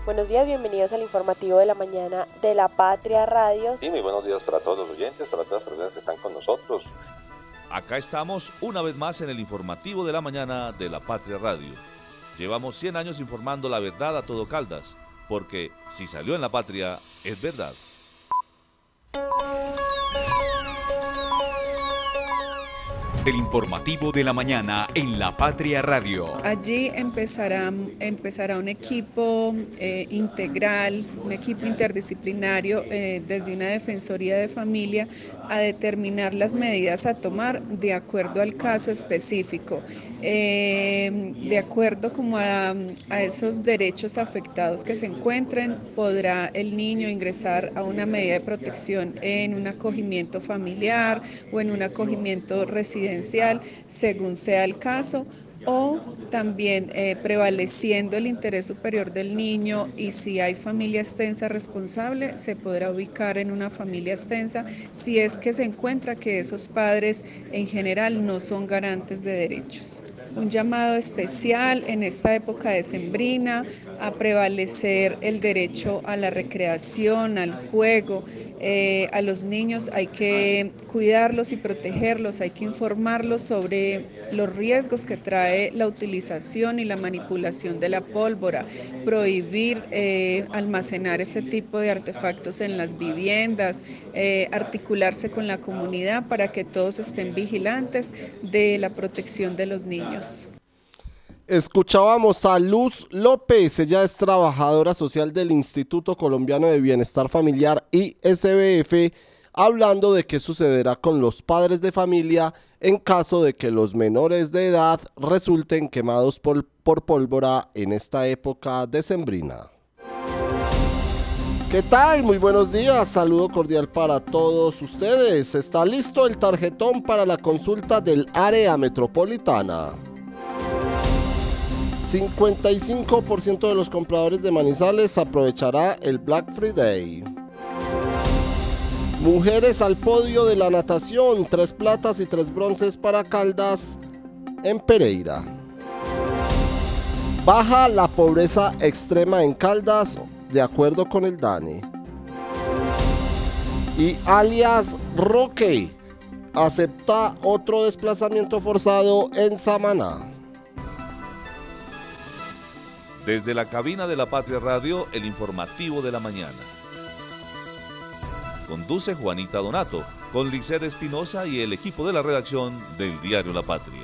Buenos días, bienvenidos al informativo de la mañana de La Patria Radio. Sí, muy buenos días para todos los oyentes, para todas las personas que están con nosotros. Acá estamos una vez más en el informativo de la mañana de La Patria Radio. Llevamos 100 años informando la verdad a todo Caldas, porque si salió en La Patria, es verdad. El informativo de la mañana en La Patria Radio. Allí empezará un equipo integral, un equipo interdisciplinario desde una defensoría de familia a determinar las medidas a tomar de acuerdo al caso específico, de acuerdo como a esos derechos afectados que se encuentren. Podrá el niño ingresar a una medida de protección en un acogimiento familiar o en un acogimiento residencial, según sea el caso, o también prevaleciendo el interés superior del niño, y si hay familia extensa responsable, se podrá ubicar en una familia extensa si es que se encuentra que esos padres en general no son garantes de derechos. Un llamado especial en esta época decembrina a prevalecer el derecho a la recreación, al juego. A los niños hay que cuidarlos y protegerlos, hay que informarlos sobre los riesgos que trae la utilización y la manipulación de la pólvora, prohibir almacenar este tipo de artefactos en las viviendas, articularse con la comunidad para que todos estén vigilantes de la protección de los niños. Escuchábamos a Luz López, ella es trabajadora social del Instituto Colombiano de Bienestar Familiar ISBF, hablando de qué sucederá con los padres de familia en caso de que los menores de edad resulten quemados por pólvora en esta época decembrina. ¿Qué tal? Muy buenos días, saludo cordial para todos ustedes. Está listo el tarjetón para la consulta del área metropolitana. 55% de los compradores de Manizales aprovechará el Black Friday. Mujeres al podio de la natación, 3 platas y 3 bronces para Caldas en Pereira. Baja la pobreza extrema en Caldas, de acuerdo con el DANE. Y alias Roque acepta otro desplazamiento forzado en Samaná. Desde la cabina de La Patria Radio, el informativo de la mañana. Conduce Juanita Donato, con Licet Espinosa y el equipo de la redacción del diario La Patria.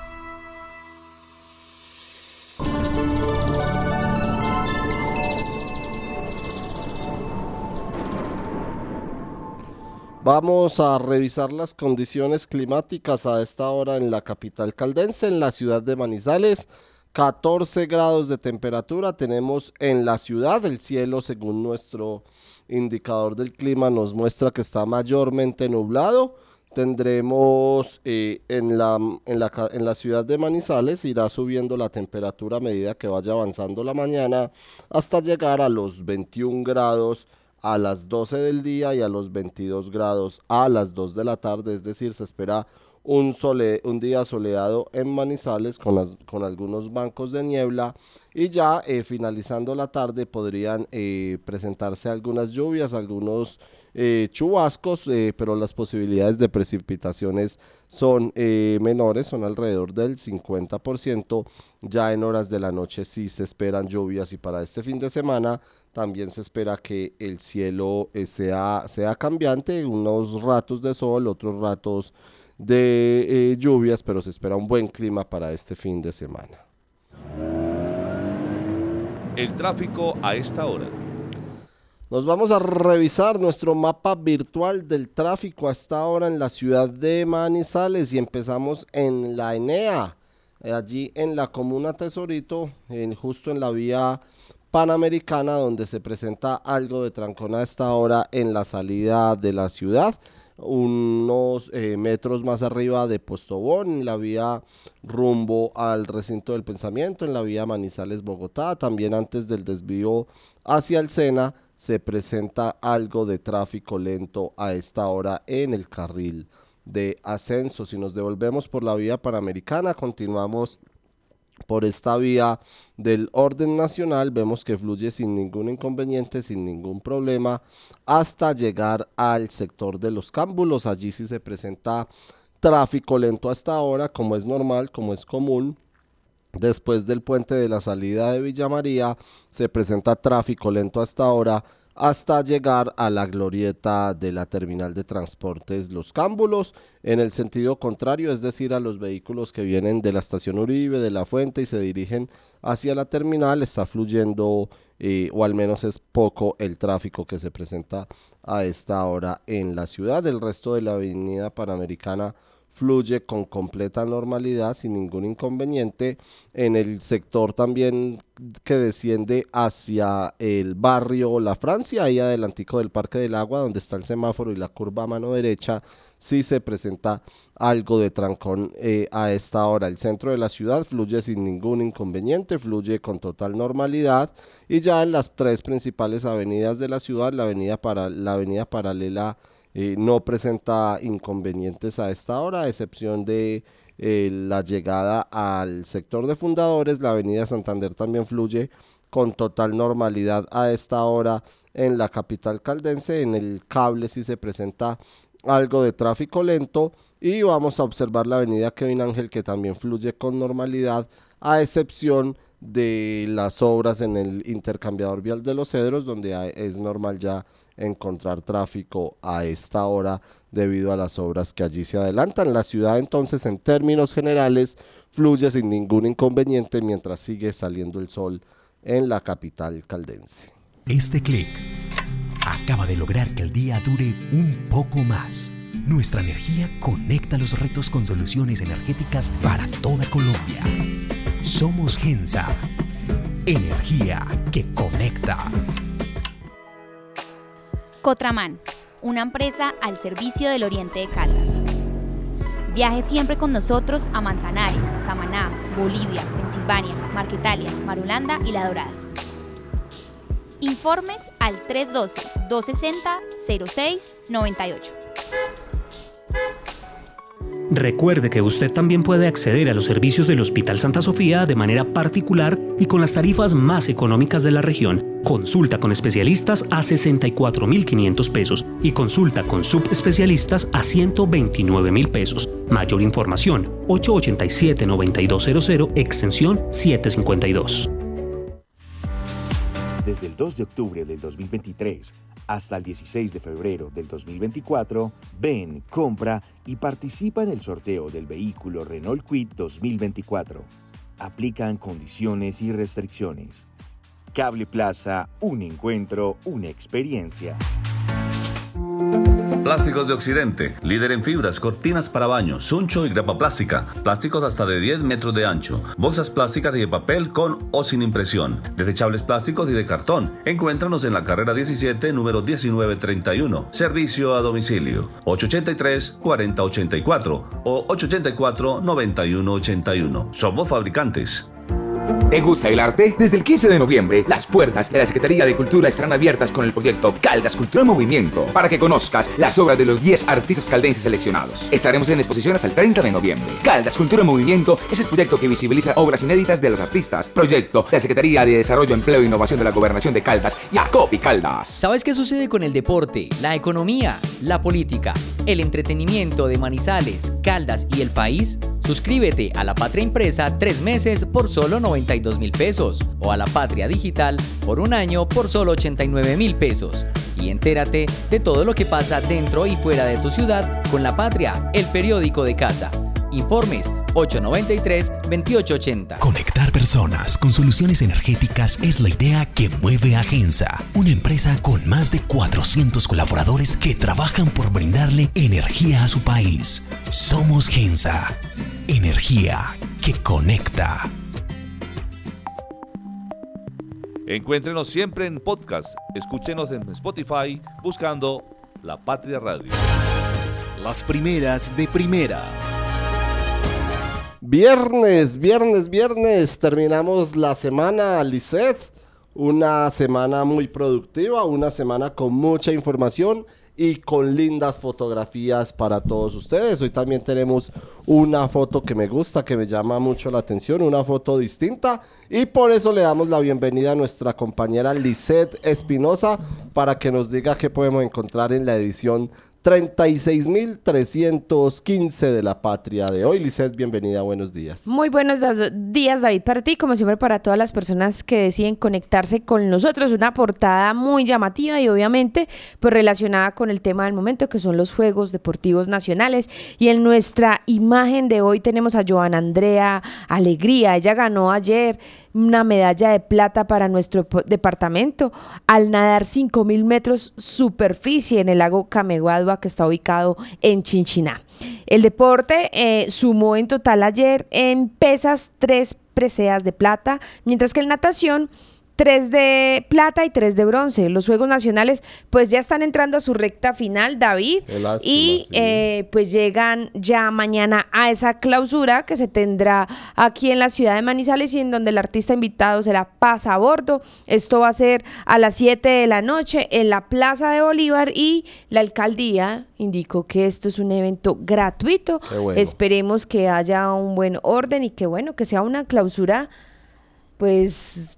Vamos a revisar las condiciones climáticas a esta hora en la capital caldense, en la ciudad de Manizales. 14 grados de temperatura tenemos en la ciudad. El cielo, según nuestro indicador del clima, nos muestra que está mayormente nublado. Tendremos en la ciudad de Manizales, irá subiendo la temperatura a medida que vaya avanzando la mañana, hasta llegar a los 21 grados a las 12 del día y a los 22 grados a las 2 de la tarde. Es decir, se espera un día soleado en Manizales con algunos bancos de niebla, y ya finalizando la tarde podrían presentarse algunas lluvias, algunos chubascos, pero las posibilidades de precipitaciones son menores, son alrededor del 50%. Ya en horas de la noche sí se esperan lluvias, y para este fin de semana también se espera que el cielo sea cambiante, unos ratos de sol, otros ratos de lluvias, pero se espera un buen clima para este fin de semana. El tráfico a esta hora. Nos vamos a revisar nuestro mapa virtual del tráfico a esta hora en la ciudad de Manizales, y empezamos en la ENEA, allí en la comuna Tesorito, justo en la vía Panamericana, donde se presenta algo de trancón a esta hora en la salida de la ciudad. Unos metros más arriba de Postobón, en la vía rumbo al recinto del pensamiento, en la vía Manizales-Bogotá, también antes del desvío hacia el Sena, se presenta algo de tráfico lento a esta hora en el carril de ascenso. Si nos devolvemos por la vía Panamericana, continuamos por esta vía del orden nacional. Vemos que fluye sin ningún inconveniente, sin ningún problema, hasta llegar al sector de Los Cámbulos. Allí sí se presenta tráfico lento hasta ahora, como es normal, como es común. Después del puente de la salida de Villa María, se presenta tráfico lento hasta ahora, hasta llegar a la glorieta de la terminal de transportes Los Cámbulos, en el sentido contrario, es decir, a los vehículos que vienen de la estación Uribe, de La Fuente y se dirigen hacia la terminal. Está fluyendo, o al menos es poco el tráfico que se presenta a esta hora en la ciudad. El resto de la avenida Panamericana fluye con completa normalidad, sin ningún inconveniente. En el sector también que desciende hacia el barrio La Francia, ahí adelantico del Parque del Agua, donde está el semáforo y la curva a mano derecha, sí se presenta algo de trancón a esta hora. El centro de la ciudad fluye sin ningún inconveniente, fluye con total normalidad, y ya en las tres principales avenidas de la ciudad, la avenida paralela no presenta inconvenientes a esta hora, a excepción de la llegada al sector de Fundadores. La avenida Santander también fluye con total normalidad a esta hora en la capital caldense. En el cable sí se presenta algo de tráfico lento, y vamos a observar la avenida Kevin Ángel, que también fluye con normalidad, a excepción de las obras en el intercambiador vial de Los Cedros, donde es normal ya encontrar tráfico a esta hora debido a las obras que allí se adelantan. La ciudad entonces, en términos generales, fluye sin ningún inconveniente mientras sigue saliendo el sol en la capital caldense. Este clic acaba de lograr que el día dure un poco más. Nuestra energía conecta los retos con soluciones energéticas para toda Colombia. Somos Gensa, energía que conecta. Cotraman, una empresa al servicio del Oriente de Caldas. Viaje siempre con nosotros a Manzanares, Samaná, Bolivia, Pensilvania, Marquetalia, Marulanda y La Dorada. Informes al 312-260-0698. Recuerde que usted también puede acceder a los servicios del Hospital Santa Sofía de manera particular y con las tarifas más económicas de la región. Consulta con especialistas a 64.500 pesos y consulta con subespecialistas a 129.000 pesos. Mayor información, 887-9200, extensión 752. Desde el 2 de octubre del 2023 hasta el 16 de febrero del 2024, ven, compra y participa en el sorteo del vehículo Renault Kwid 2024. Aplican condiciones y restricciones. Cable Plaza, un encuentro, una experiencia. Plásticos de Occidente, líder en fibras, cortinas para baño, suncho y grapa plástica, plásticos hasta de 10 metros de ancho, bolsas plásticas y de papel con o sin impresión, desechables plásticos y de cartón. Encuéntranos en la carrera 17, número 1931, servicio a domicilio, 883-4084 o 884-9181. Somos fabricantes. ¿Te gusta el arte? Desde el 15 de noviembre, las puertas de la Secretaría de Cultura estarán abiertas con el proyecto Caldas Cultura en Movimiento para que conozcas las obras de los 10 artistas caldenses seleccionados. Estaremos en exposición hasta el 30 de noviembre. Caldas Cultura en Movimiento es el proyecto que visibiliza obras inéditas de los artistas. Proyecto de la Secretaría de Desarrollo, Empleo e Innovación de la Gobernación de Caldas y Acopi Caldas. ¿Sabes qué sucede con el deporte, la economía, la política, el entretenimiento de Manizales, Caldas y el país? Suscríbete a La Patria Impresa 3 meses por solo 92.000 pesos o a La Patria Digital por un año por solo 89.000 pesos. Y entérate de todo lo que pasa dentro y fuera de tu ciudad con La Patria, el periódico de casa. Informes 893-2880. Conectar personas con soluciones energéticas es la idea que mueve a Gensa, una empresa con más de 400 colaboradores que trabajan por brindarle energía a su país. Somos Gensa, energía que conecta. Encuéntrenos siempre en podcast. Escúchenos en Spotify buscando La Patria Radio. Las primeras de primera. Viernes, terminamos la semana, Lisset, una semana muy productiva, una semana con mucha información y con lindas fotografías para todos ustedes. Hoy también tenemos una foto que me gusta, que me llama mucho la atención, una foto distinta, y por eso le damos la bienvenida a nuestra compañera Lisette Espinosa para que nos diga qué podemos encontrar en la edición 36.315 de La Patria de hoy. Lisette, bienvenida, buenos días. Muy buenos días, David, para ti, como siempre para todas las personas que deciden conectarse con nosotros. Una portada muy llamativa y obviamente pues relacionada con el tema del momento, que son los Juegos Deportivos Nacionales. Y en nuestra imagen de hoy tenemos a Joana Andrea Alegría. Ella ganó ayer una medalla de plata para nuestro departamento al nadar 5.000 metros superficie en el lago Cameguadua, que está ubicado en Chinchiná. El deporte sumó en total ayer en pesas 3 preseas de plata, mientras que en natación 3 de plata y 3 de bronce. Los Juegos Nacionales pues ya están entrando a su recta final, David, y pues llegan ya mañana a esa clausura que se tendrá aquí en la ciudad de Manizales y en donde el artista invitado será Pasabordo. Esto va a ser a las 7 de la noche en la Plaza de Bolívar y la alcaldía indicó que esto es un evento gratuito. Bueno. Esperemos que haya un buen orden y que bueno, que sea una clausura pues...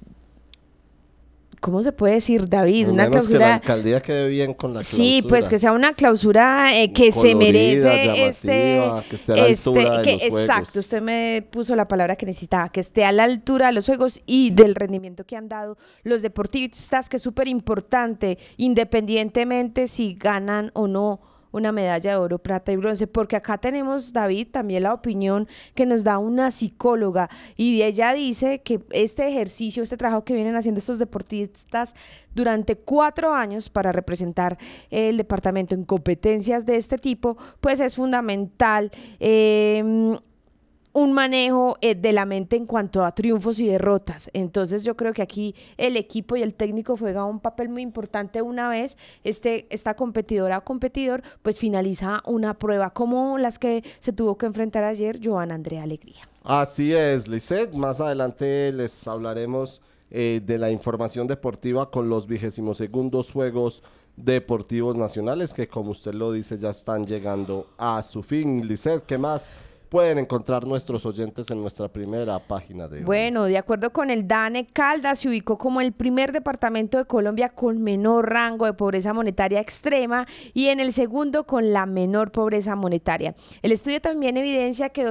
¿Cómo se puede decir, David? Una clausura... que la alcaldía quede bien con la clausura. Sí, pues que sea una clausura que colorida, se merece que esté a la altura de los Juegos. Exacto, usted me puso la palabra que necesitaba, que esté a la altura de los Juegos y del rendimiento que han dado los deportistas, que es súper importante, independientemente si ganan o no una medalla de oro, plata y bronce, porque acá tenemos, David, también la opinión que nos da una psicóloga y ella dice que este ejercicio, este trabajo que vienen haciendo estos deportistas durante 4 años para representar el departamento en competencias de este tipo, pues es fundamental un manejo de la mente en cuanto a triunfos y derrotas. Entonces yo creo que aquí el equipo y el técnico juega un papel muy importante una vez esta competidora o competidor pues finaliza una prueba como las que se tuvo que enfrentar ayer Joana Andrea Alegría. Así es, Lisette. Más adelante les hablaremos de la información deportiva con los 22º Juegos Deportivos Nacionales que, como usted lo dice, ya están llegando a su fin. Lisette, ¿qué más pueden encontrar nuestros oyentes en nuestra primera página de hoy? Bueno, de acuerdo con el DANE, Caldas se ubicó como el primer departamento de Colombia con menor rango de pobreza monetaria extrema y en el segundo con la menor pobreza monetaria. El estudio también evidencia que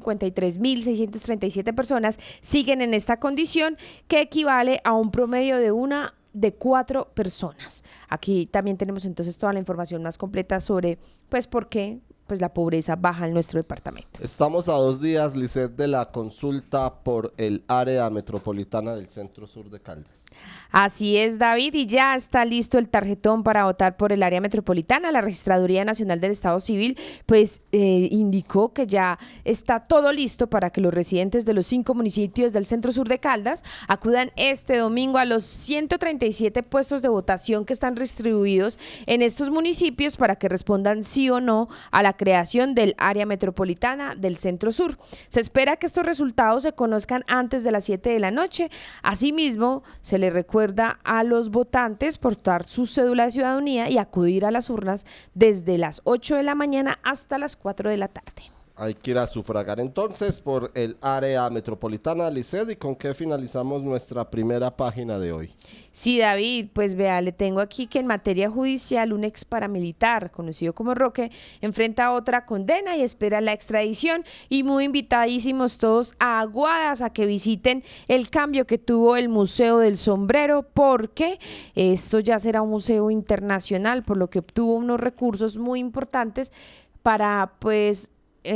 253.637 personas siguen en esta condición, que equivale a un promedio de 4 personas. Aquí también tenemos entonces toda la información más completa sobre pues por qué pues la pobreza baja en nuestro departamento. Estamos a 2 días, Lisette, de la consulta por el área metropolitana del Centro Sur de Caldas. Así es, David, y ya está listo el tarjetón para votar por el área metropolitana. La Registraduría Nacional del Estado Civil pues indicó que ya está todo listo para que los residentes de los 5 municipios del Centro Sur de Caldas acudan este domingo a los 137 puestos de votación que están distribuidos en estos municipios para que respondan sí o no a la creación del área metropolitana del Centro Sur. Se espera que estos resultados se conozcan antes de las 7 de la noche. Asimismo, se le recuerda a los votantes portar su cédula de ciudadanía y acudir a las urnas desde las 8 de la mañana hasta las 4 de la tarde. Hay que ir a sufragar entonces por el área metropolitana, Lisette. ¿Y con qué finalizamos nuestra primera página de hoy? Sí, David, pues vea, le tengo aquí que en materia judicial un ex paramilitar, conocido como Roque, enfrenta otra condena y espera la extradición, y muy invitadísimos todos a Aguadas a que visiten el cambio que tuvo el Museo del Sombrero, porque esto ya será un museo internacional, por lo que obtuvo unos recursos muy importantes para pues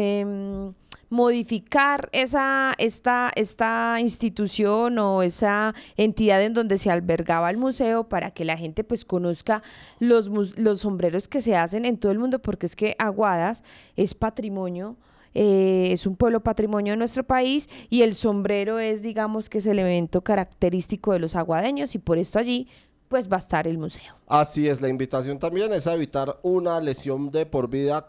modificar esta institución o esa entidad en donde se albergaba el museo, para que la gente pues conozca los sombreros que se hacen en todo el mundo, porque es que Aguadas es patrimonio, es un pueblo patrimonio de nuestro país, y el sombrero es, digamos, que es el evento característico de los aguadeños, y por esto allí pues va a estar el museo. Así es, la invitación también es a evitar una lesión de por vida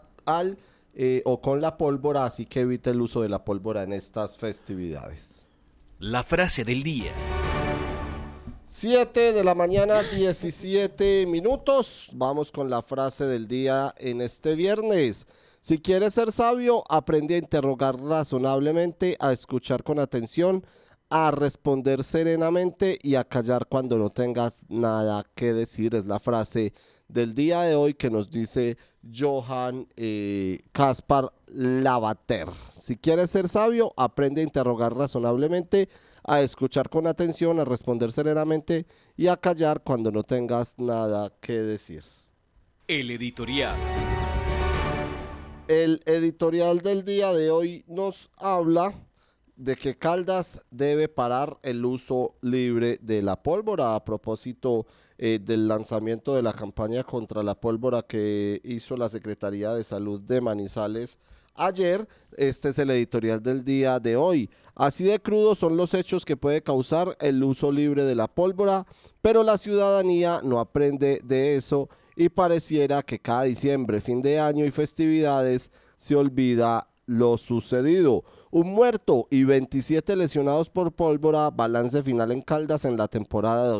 o con la pólvora, así que evite el uso de la pólvora en estas festividades. La frase del día. 7 de la mañana, 17 minutos. Vamos con la frase del día en este viernes. Si quieres ser sabio, aprende a interrogar razonablemente, a escuchar con atención, a responder serenamente y a callar cuando no tengas nada que decir. Es la frase del día de hoy que nos dice Johann Caspar Lavater. Si quieres ser sabio, aprende a interrogar razonablemente, a escuchar con atención, a responder serenamente y a callar cuando no tengas nada que decir. El editorial. El editorial del día de hoy nos habla de que Caldas debe parar el uso libre de la pólvora a propósito del lanzamiento de la campaña contra la pólvora que hizo la Secretaría de Salud de Manizales ayer. Este es el editorial del día de hoy. Así de crudos son los hechos que puede causar el uso libre de la pólvora, pero la ciudadanía no aprende de eso y pareciera que cada diciembre, fin de año y festividades se olvida lo sucedido. Un muerto y 27 lesionados por pólvora, balance final en Caldas en la temporada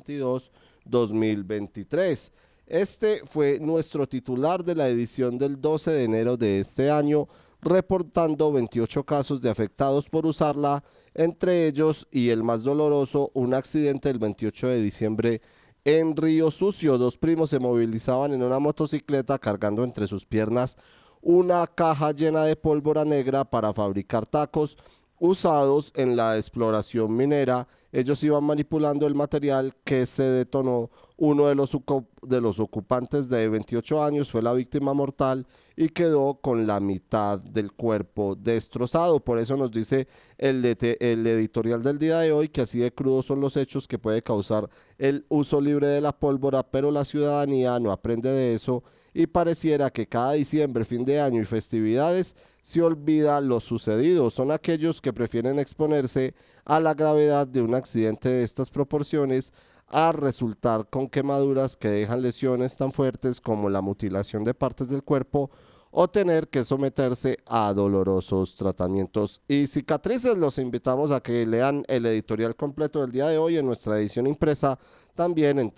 2022-2023. Este fue nuestro titular de la edición del 12 de enero de este año, reportando 28 casos de afectados por usarla, entre ellos, y el más doloroso, un accidente el 28 de diciembre en Río Sucio. Dos primos se movilizaban en una motocicleta cargando entre sus piernas una caja llena de pólvora negra para fabricar tacos usados en la exploración minera. Ellos iban manipulando el material que se detonó. Uno de los ocupantes de 28 años fue la víctima mortal y quedó con la mitad del cuerpo destrozado. Por eso nos dice el editorial del día de hoy que así de crudos son los hechos que puede causar el uso libre de la pólvora, pero la ciudadanía no aprende de eso y pareciera que cada diciembre, fin de año y festividades se olvida lo sucedido. Son aquellos que prefieren exponerse a la gravedad de un accidente de estas proporciones a resultar con quemaduras que dejan lesiones tan fuertes como la mutilación de partes del cuerpo o tener que someterse a dolorosos tratamientos y cicatrices. Los invitamos a que lean el editorial completo del día de hoy en nuestra edición impresa, también en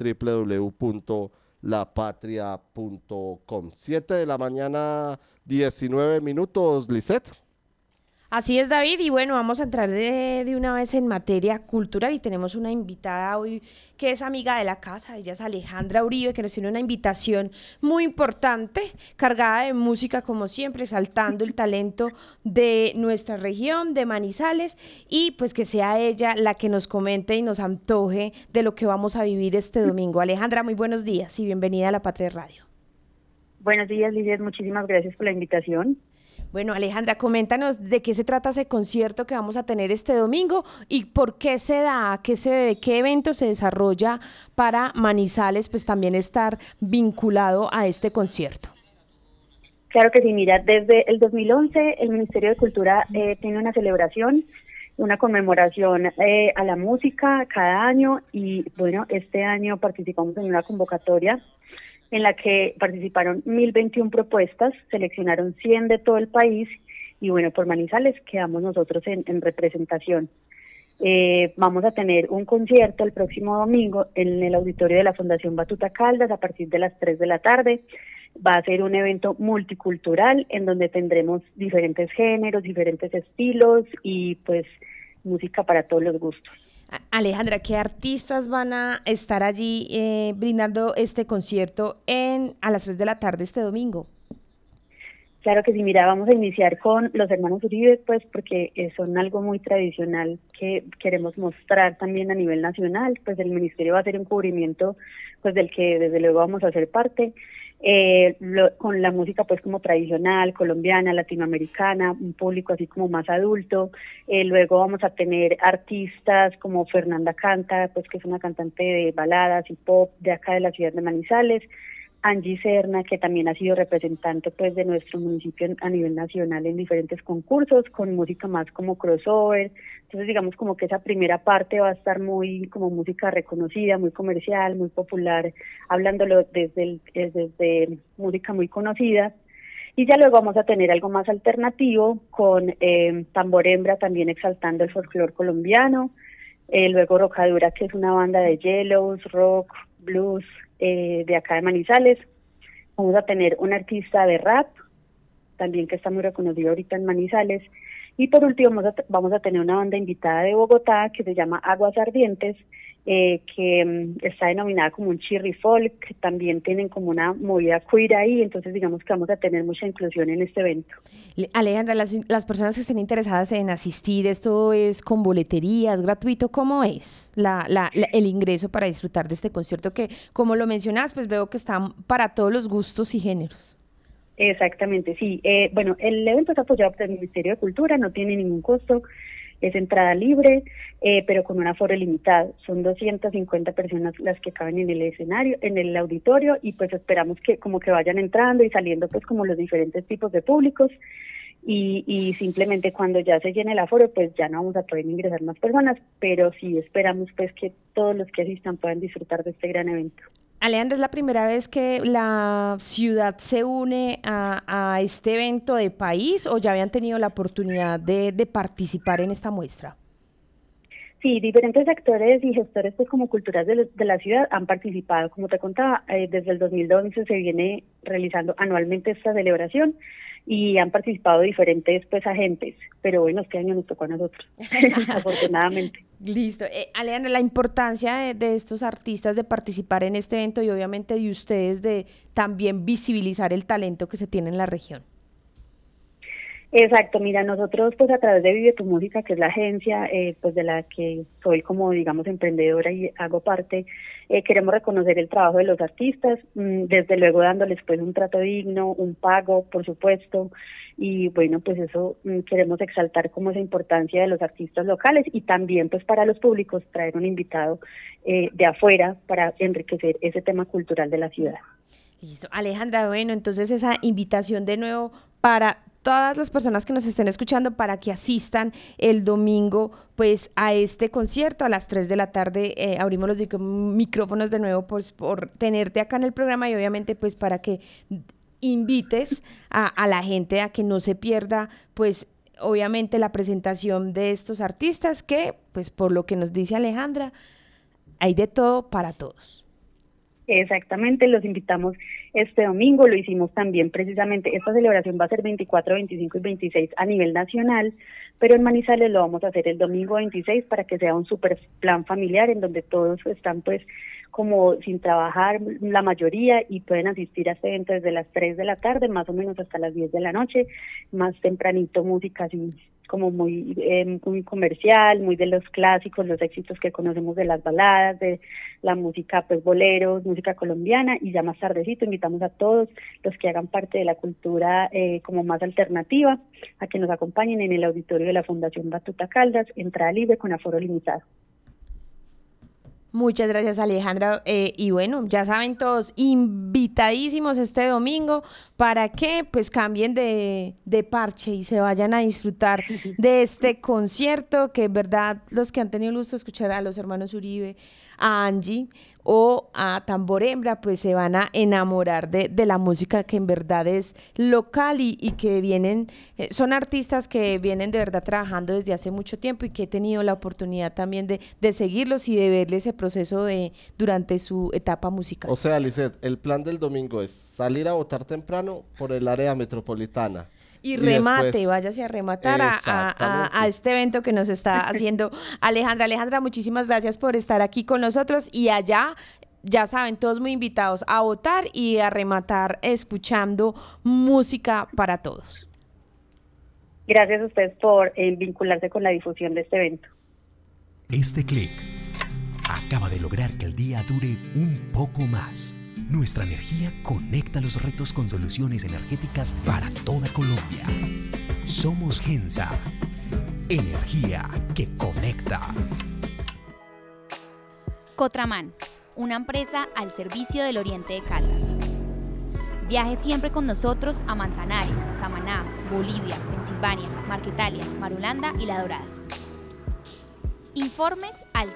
www.lapatria.com. 7 de la mañana, 19 minutos, Lisette. Así es, David, y bueno, vamos a entrar de una vez en materia cultural y tenemos una invitada hoy que es amiga de la casa. Ella es Alejandra Uribe, que nos tiene una invitación muy importante, cargada de música como siempre, exaltando el talento de nuestra región, de Manizales, y pues que sea ella la que nos comente y nos antoje de lo que vamos a vivir este domingo. Alejandra, muy buenos días y bienvenida a La Patria Radio. Buenos días, Lidia, muchísimas gracias por la invitación. Bueno, Alejandra, coméntanos de qué se trata ese concierto que vamos a tener este domingo y por qué se da, a qué se debe, qué evento se desarrolla para Manizales, pues también estar vinculado a este concierto. Claro que sí, mira, desde el 2011 el Ministerio de Cultura tiene una celebración, una conmemoración a la música cada año y bueno, este año participamos en una convocatoria en la que participaron 1.021 propuestas, seleccionaron 100 de todo el país y bueno, por Manizales quedamos nosotros en representación. Vamos a tener un concierto el próximo domingo en el auditorio de la Fundación Batuta Caldas a partir de las 3 de la tarde. Va a ser un evento multicultural en donde tendremos diferentes géneros, diferentes estilos y pues música para todos los gustos. Alejandra, ¿qué artistas van a estar allí brindando este concierto a las 3 de la tarde este domingo? Claro que sí, mira, vamos a iniciar con los hermanos Uribe, pues porque son algo muy tradicional que queremos mostrar también a nivel nacional, pues el Ministerio va a hacer un cubrimiento pues del que desde luego vamos a ser parte. Con la música pues como tradicional, colombiana, latinoamericana, un público así como más adulto. Luego vamos a tener artistas como Fernanda Canta, pues que es una cantante de baladas y pop de acá de la ciudad de Manizales, Angie Serna, que también ha sido representante pues de nuestro municipio a nivel nacional en diferentes concursos, con música más como crossover. Entonces digamos como que esa primera parte va a estar muy como música reconocida, muy comercial, muy popular, hablándolo desde música muy conocida. Y ya luego vamos a tener algo más alternativo con Tambor Hembra también exaltando el folclore colombiano. luego Rocadura, que es una banda de yellows, rock, blues, de acá de Manizales. Vamos a tener un artista de rap, también que está muy reconocido ahorita en Manizales. Y por último vamos a tener una banda invitada de Bogotá que se llama Aguas Ardientes, que está denominada como un chirri folk, que también tienen como una movida queer ahí, entonces digamos que vamos a tener mucha inclusión en este evento. Alejandra, las personas que estén interesadas en asistir, ¿esto es con boleterías, gratuito? ¿Cómo es el ingreso para disfrutar de este concierto que, como lo mencionas, pues veo que está para todos los gustos y géneros? Exactamente, sí. Bueno, el evento es apoyado por el Ministerio de Cultura, no tiene ningún costo, es entrada libre, pero con un aforo limitado. Son 250 personas las que caben en el escenario, en el auditorio, y pues esperamos que como que vayan entrando y saliendo pues como los diferentes tipos de públicos, y simplemente cuando ya se llene el aforo pues ya no vamos a poder ingresar más personas, pero sí esperamos pues que todos los que asistan puedan disfrutar de este gran evento. Alejandra, ¿es la primera vez que la ciudad se une a este evento de país o ya habían tenido la oportunidad de participar en esta muestra? Sí, diferentes actores y gestores pues como culturales de la ciudad han participado. Como te contaba, desde el 2011 se viene realizando anualmente esta celebración y han participado diferentes pues agentes, pero bueno, este año nos tocó a nosotros, afortunadamente. Listo. Alejandra, la importancia de estos artistas de participar en este evento y obviamente de ustedes de también visibilizar el talento que se tiene en la región. Exacto, mira, nosotros pues a través de Vive tu Música, que es la agencia pues de la que soy como digamos emprendedora y hago parte, queremos reconocer el trabajo de los artistas, desde luego dándoles pues un trato digno, un pago por supuesto, y bueno pues eso queremos exaltar como esa importancia de los artistas locales y también pues para los públicos traer un invitado de afuera para enriquecer ese tema cultural de la ciudad. Listo, Alejandra, bueno, entonces esa invitación de nuevo para todas las personas que nos estén escuchando para que asistan el domingo pues a este concierto a las 3 de la tarde. Abrimos los micrófonos de nuevo pues, por tenerte acá en el programa y obviamente pues para que invites a la gente a que no se pierda pues obviamente la presentación de estos artistas que pues por lo que nos dice Alejandra hay de todo para todos. Exactamente, los invitamos este domingo, lo hicimos también precisamente, esta celebración va a ser 24, 25 y 26 a nivel nacional, pero en Manizales lo vamos a hacer el domingo 26 para que sea un super plan familiar en donde todos están pues como sin trabajar la mayoría y pueden asistir a este evento desde las 3 de la tarde más o menos hasta las 10 de la noche, más tempranito música así como muy comercial, muy de los clásicos, los éxitos que conocemos de las baladas, de la música pues boleros, música colombiana, y ya más tardecito invitamos a todos los que hagan parte de la cultura como más alternativa a que nos acompañen en el auditorio de la Fundación Batuta Caldas, entrada libre con aforo limitado. Muchas gracias, Alejandra. Y bueno, ya saben todos, invitadísimos este domingo para que pues cambien de parche y se vayan a disfrutar de este concierto, que en verdad los que han tenido el gusto de escuchar a los hermanos Uribe, a Angie o a Tambor Hembra, pues se van a enamorar de la música que en verdad es local y que vienen, son artistas que vienen de verdad trabajando desde hace mucho tiempo y que he tenido la oportunidad también de seguirlos y de verles ese proceso durante su etapa musical. O sea, Lisette, el plan del domingo es salir a votar temprano por el área metropolitana. Y remate, después, váyase a rematar a este evento que nos está haciendo Alejandra. Alejandra, muchísimas gracias por estar aquí con nosotros y allá, ya saben, todos muy invitados a votar y a rematar escuchando música para todos. Gracias a ustedes por vincularse con la difusión de este evento. Este clic acaba de lograr que el día dure un poco más. Nuestra energía conecta los retos con soluciones energéticas para toda Colombia. Somos Gensa. Energía que conecta. Cotraman, una empresa al servicio del Oriente de Caldas. Viaje siempre con nosotros a Manzanares, Samaná, Bolivia, Pensilvania, Marquetalia, Marulanda y La Dorada. Informes al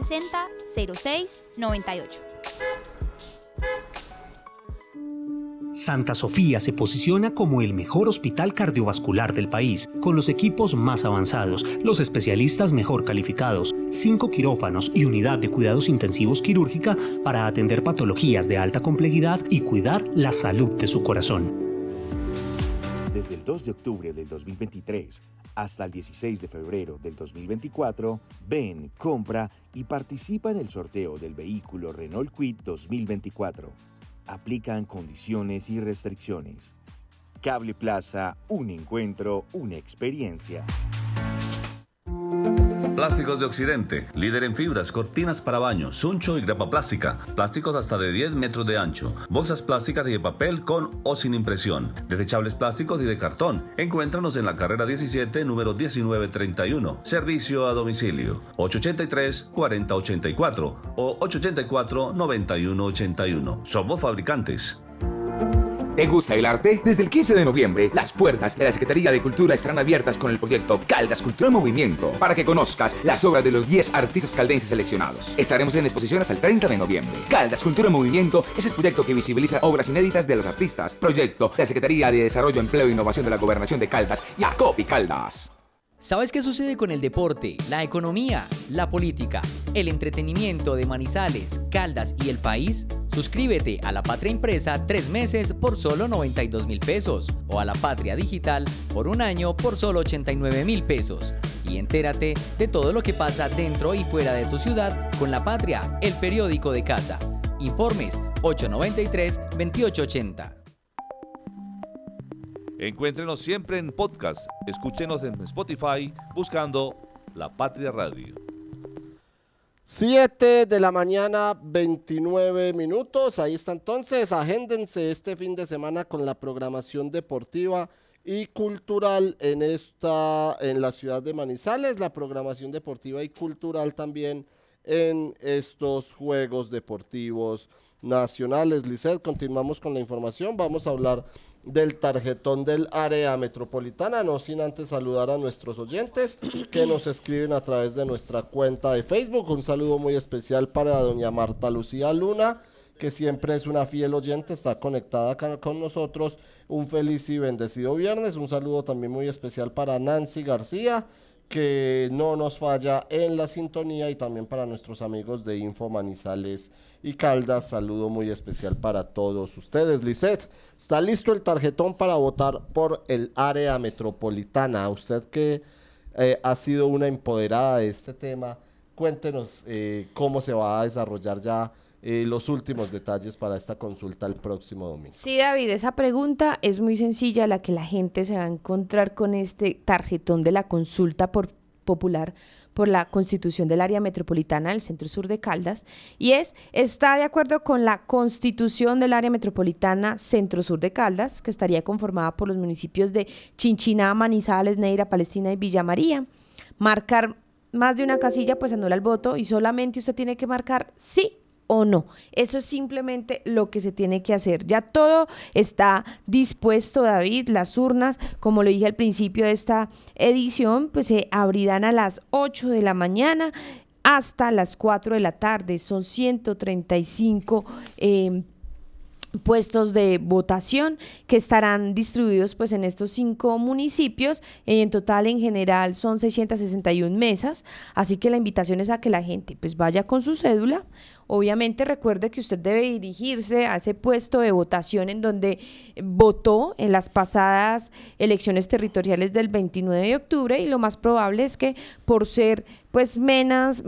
312-260-0698. Santa Sofía se posiciona como el mejor hospital cardiovascular del país, con los equipos más avanzados, los especialistas mejor calificados, 5 quirófanos y unidad de cuidados intensivos quirúrgica para atender patologías de alta complejidad y cuidar la salud de su corazón. Desde el 2 de octubre del 2023 hasta el 16 de febrero del 2024, ven, compra y participa en el sorteo del vehículo Renault Kwid 2024. Aplican condiciones y restricciones. Cable Plaza, un encuentro, una experiencia. Plásticos de Occidente, líder en fibras, cortinas para baño, suncho y grapa plástica, plásticos hasta de 10 metros de ancho, bolsas plásticas y de papel con o sin impresión, desechables plásticos y de cartón. Encuéntranos en la carrera 17, número 1931, servicio a domicilio, 883-4084 o 884-9181. Somos fabricantes. ¿Te gusta el arte? Desde el 15 de noviembre, las puertas de la Secretaría de Cultura estarán abiertas con el proyecto Caldas Cultura en Movimiento para que conozcas las obras de los 10 artistas caldenses seleccionados. Estaremos en exposición hasta el 30 de noviembre. Caldas Cultura en Movimiento es el proyecto que visibiliza obras inéditas de los artistas. Proyecto de la Secretaría de Desarrollo, Empleo e Innovación de la Gobernación de Caldas y ACOPI Caldas. ¿Sabes qué sucede con el deporte, la economía, la política, el entretenimiento de Manizales, Caldas y el país? Suscríbete a La Patria Impresa 3 meses por solo 92.000 pesos o a La Patria Digital por un año por solo 89.000 pesos. Y entérate de todo lo que pasa dentro y fuera de tu ciudad con La Patria, el periódico de casa. Informes 893-2880. Encuéntrenos siempre en podcast. Escúchenos en Spotify buscando La Patria Radio. 7 de la mañana, 29 minutos. Ahí está entonces. Agéndense este fin de semana con la programación deportiva y cultural en la ciudad de Manizales. La programación deportiva y cultural también en estos Juegos Deportivos Nacionales. Lisset, continuamos con la información. Vamos a hablar del tarjetón del área metropolitana, no sin antes saludar a nuestros oyentes que nos escriben a través de nuestra cuenta de Facebook. Un saludo muy especial para doña Marta Lucía Luna, que siempre es una fiel oyente, está conectada con nosotros. Un feliz y bendecido viernes. Un saludo también muy especial para Nancy García, que no nos falla en la sintonía, y también para nuestros amigos de Info Manizales y Caldas. Saludo muy especial para todos ustedes. Lisset, ¿está listo el tarjetón para votar por el área metropolitana? Usted que ha sido una empoderada de este tema, cuéntenos cómo se va a desarrollar ya los últimos detalles para esta consulta el próximo domingo. Sí, David, esa pregunta es muy sencilla, la que la gente se va a encontrar con este tarjetón de la consulta popular por la constitución del área metropolitana del Centro Sur de Caldas, y ¿está de acuerdo con la constitución del área metropolitana Centro Sur de Caldas, que estaría conformada por los municipios de Chinchiná, Manizales, Neira, Palestina y Villa María? Marcar más de una casilla pues anula el voto, y solamente usted tiene que marcar sí o no. Eso es simplemente lo que se tiene que hacer. Ya todo está dispuesto, David. Las urnas, como lo dije al principio de esta edición, pues se abrirán a las 8 de la mañana hasta las 4 de la tarde. Son 135 puestos de votación que estarán distribuidos pues en estos 5 municipios. En total, en general, son 661 mesas, así que la invitación es a que la gente pues vaya con su cédula. Obviamente recuerde que usted debe dirigirse a ese puesto de votación en donde votó en las pasadas elecciones territoriales del 29 de octubre, y lo más probable es que por ser pues menos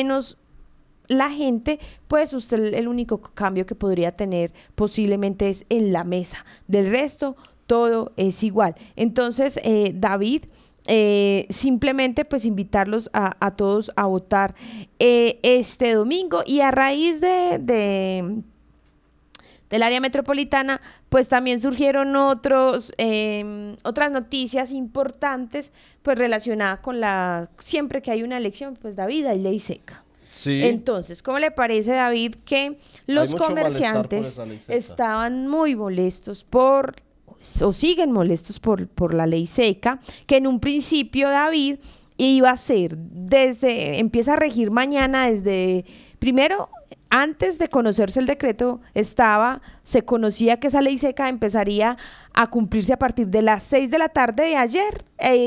la gente, pues usted el único cambio que podría tener posiblemente es en la mesa. Del resto, todo es igual. Entonces, David, simplemente pues invitarlos a todos a votar este domingo, y a raíz del área metropolitana pues también surgieron otras noticias importantes pues relacionadas con siempre que hay una elección, pues David, hay ley seca. Sí. Entonces, ¿cómo le parece, David, que los comerciantes estaban muy molestos o siguen molestos por la ley seca, que en un principio, David, iba a ser empieza a regir mañana primero antes de conocerse el decreto, se conocía que esa ley seca empezaría a cumplirse a partir de las 6 de la tarde de ayer,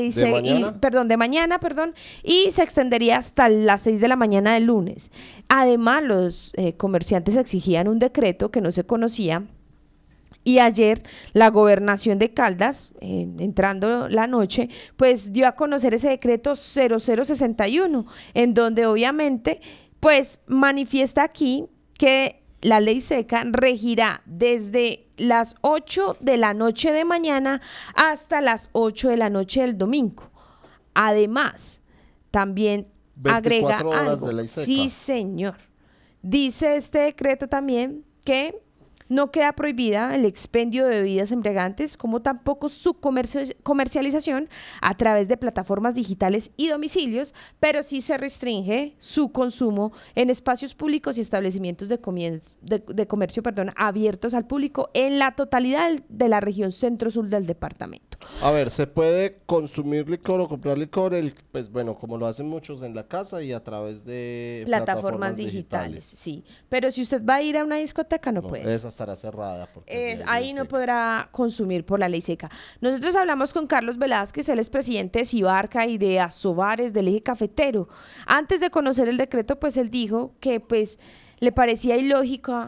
de mañana, y se extendería hasta las 6 de la mañana del lunes. Además, los comerciantes exigían un decreto que no se conocía. Y ayer la gobernación de Caldas, entrando la noche, pues dio a conocer ese decreto 0061, en donde obviamente pues manifiesta aquí que la ley seca regirá desde las 8 de la noche de mañana hasta las 8 de la noche del domingo. Además, también agrega algo. De ley seca. Sí, señor. Dice este decreto también que no queda prohibida el expendio de bebidas embriagantes, como tampoco su comercialización a través de plataformas digitales y domicilios, pero sí se restringe su consumo en espacios públicos y establecimientos de comercio abiertos al público en la totalidad de la región centro-sur del departamento. A ver, se puede consumir licor o comprar licor, pues bueno, como lo hacen muchos en la casa y a través de plataformas digitales. Sí, pero si usted va a ir a una discoteca no puede. Esa estará cerrada. Ahí no podrá consumir por la ley seca. Nosotros hablamos con Carlos Velázquez, él es presidente de Cibarca y de Asobares del Eje Cafetero. Antes de conocer el decreto, pues él dijo que pues le parecía ilógico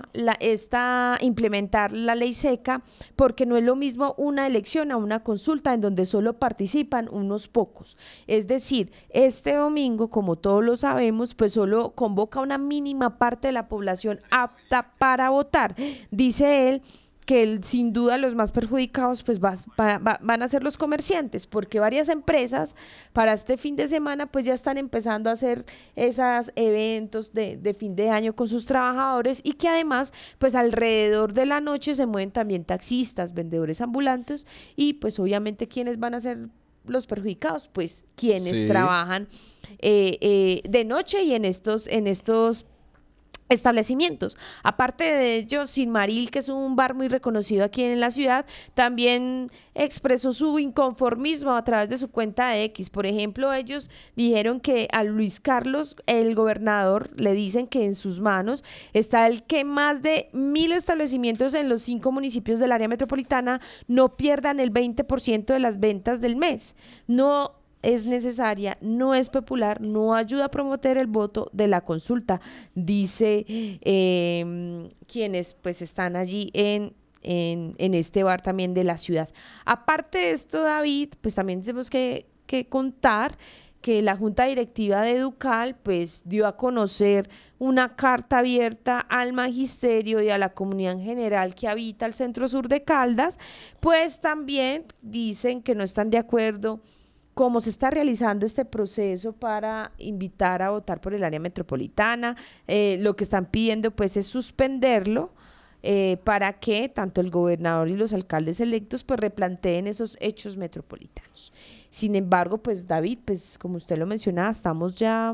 implementar la ley seca porque no es lo mismo una elección a una consulta en donde solo participan unos pocos. Es decir, este domingo, como todos lo sabemos, pues solo convoca una mínima parte de la población apta para votar. Dice él que sin duda los más perjudicados pues van a ser los comerciantes, porque varias empresas para este fin de semana pues ya están empezando a hacer esos eventos de fin de año con sus trabajadores, y que además pues alrededor de la noche se mueven también taxistas, vendedores ambulantes, y pues obviamente ¿quiénes van a ser los perjudicados? Pues quienes trabajan de noche y en estos establecimientos. Aparte de ello, Sinmaril, que es un bar muy reconocido aquí en la ciudad, también expresó su inconformismo a través de su cuenta de X. Por ejemplo, ellos dijeron que a Luis Carlos, el gobernador, le dicen que en sus manos está el que más de 1,000 establecimientos en los 5 municipios del área metropolitana no pierdan el 20% de las ventas del mes. No es necesaria, no es popular, no ayuda a promover el voto de la consulta, dice quienes pues están allí en este bar también de la ciudad. Aparte de esto, David, pues también tenemos que contar que la Junta Directiva de Educal pues dio a conocer una carta abierta al magisterio y a la comunidad en general que habita el centro sur de Caldas, pues también dicen que no están de acuerdo cómo se está realizando este proceso para invitar a votar por el área metropolitana. Lo que están pidiendo pues es suspenderlo para que tanto el gobernador y los alcaldes electos pues replanteen esos hechos metropolitanos. Sin embargo, pues David, pues como usted lo mencionaba, estamos ya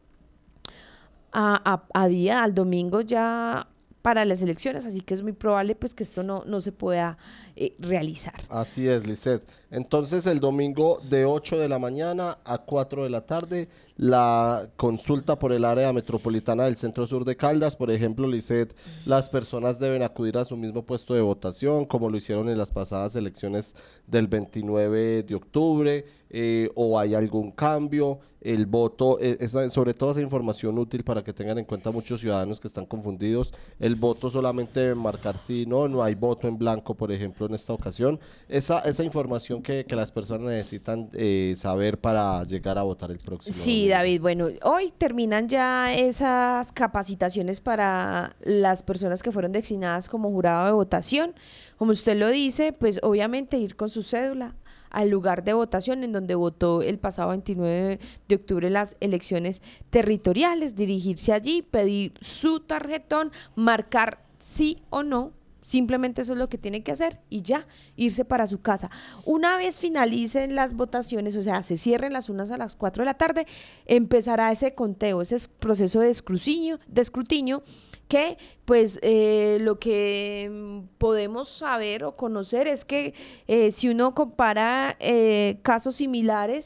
al domingo ya para las elecciones, así que es muy probable pues que esto no se pueda realizar. Así es, Lisset. Entonces el domingo de 8 de la mañana a 4 de la tarde, la consulta por el área metropolitana del centro sur de Caldas. Por ejemplo, Lisset, las personas deben acudir a su mismo puesto de votación, como lo hicieron en las pasadas elecciones del 29 de octubre, o hay algún cambio. El voto, sobre todo esa información útil para que tengan en cuenta muchos ciudadanos que están confundidos. El voto solamente debe marcar sí, no hay voto en blanco, por ejemplo, en esta ocasión. Esa información que las personas necesitan saber para llegar a votar el próximo Sí, domingo. David, bueno, hoy terminan ya esas capacitaciones para las personas que fueron designadas como jurado de votación. Como usted lo dice, pues obviamente ir con su cédula al lugar de votación en donde votó el pasado 29 de octubre las elecciones territoriales, dirigirse allí, pedir su tarjetón, marcar sí o no. Simplemente eso es lo que tiene que hacer y ya, irse para su casa. Una vez finalicen las votaciones, o sea, se cierren las unas a las 4 de la tarde, empezará ese conteo, ese proceso de escrutinio que pues lo que podemos saber o conocer es que si uno compara casos similares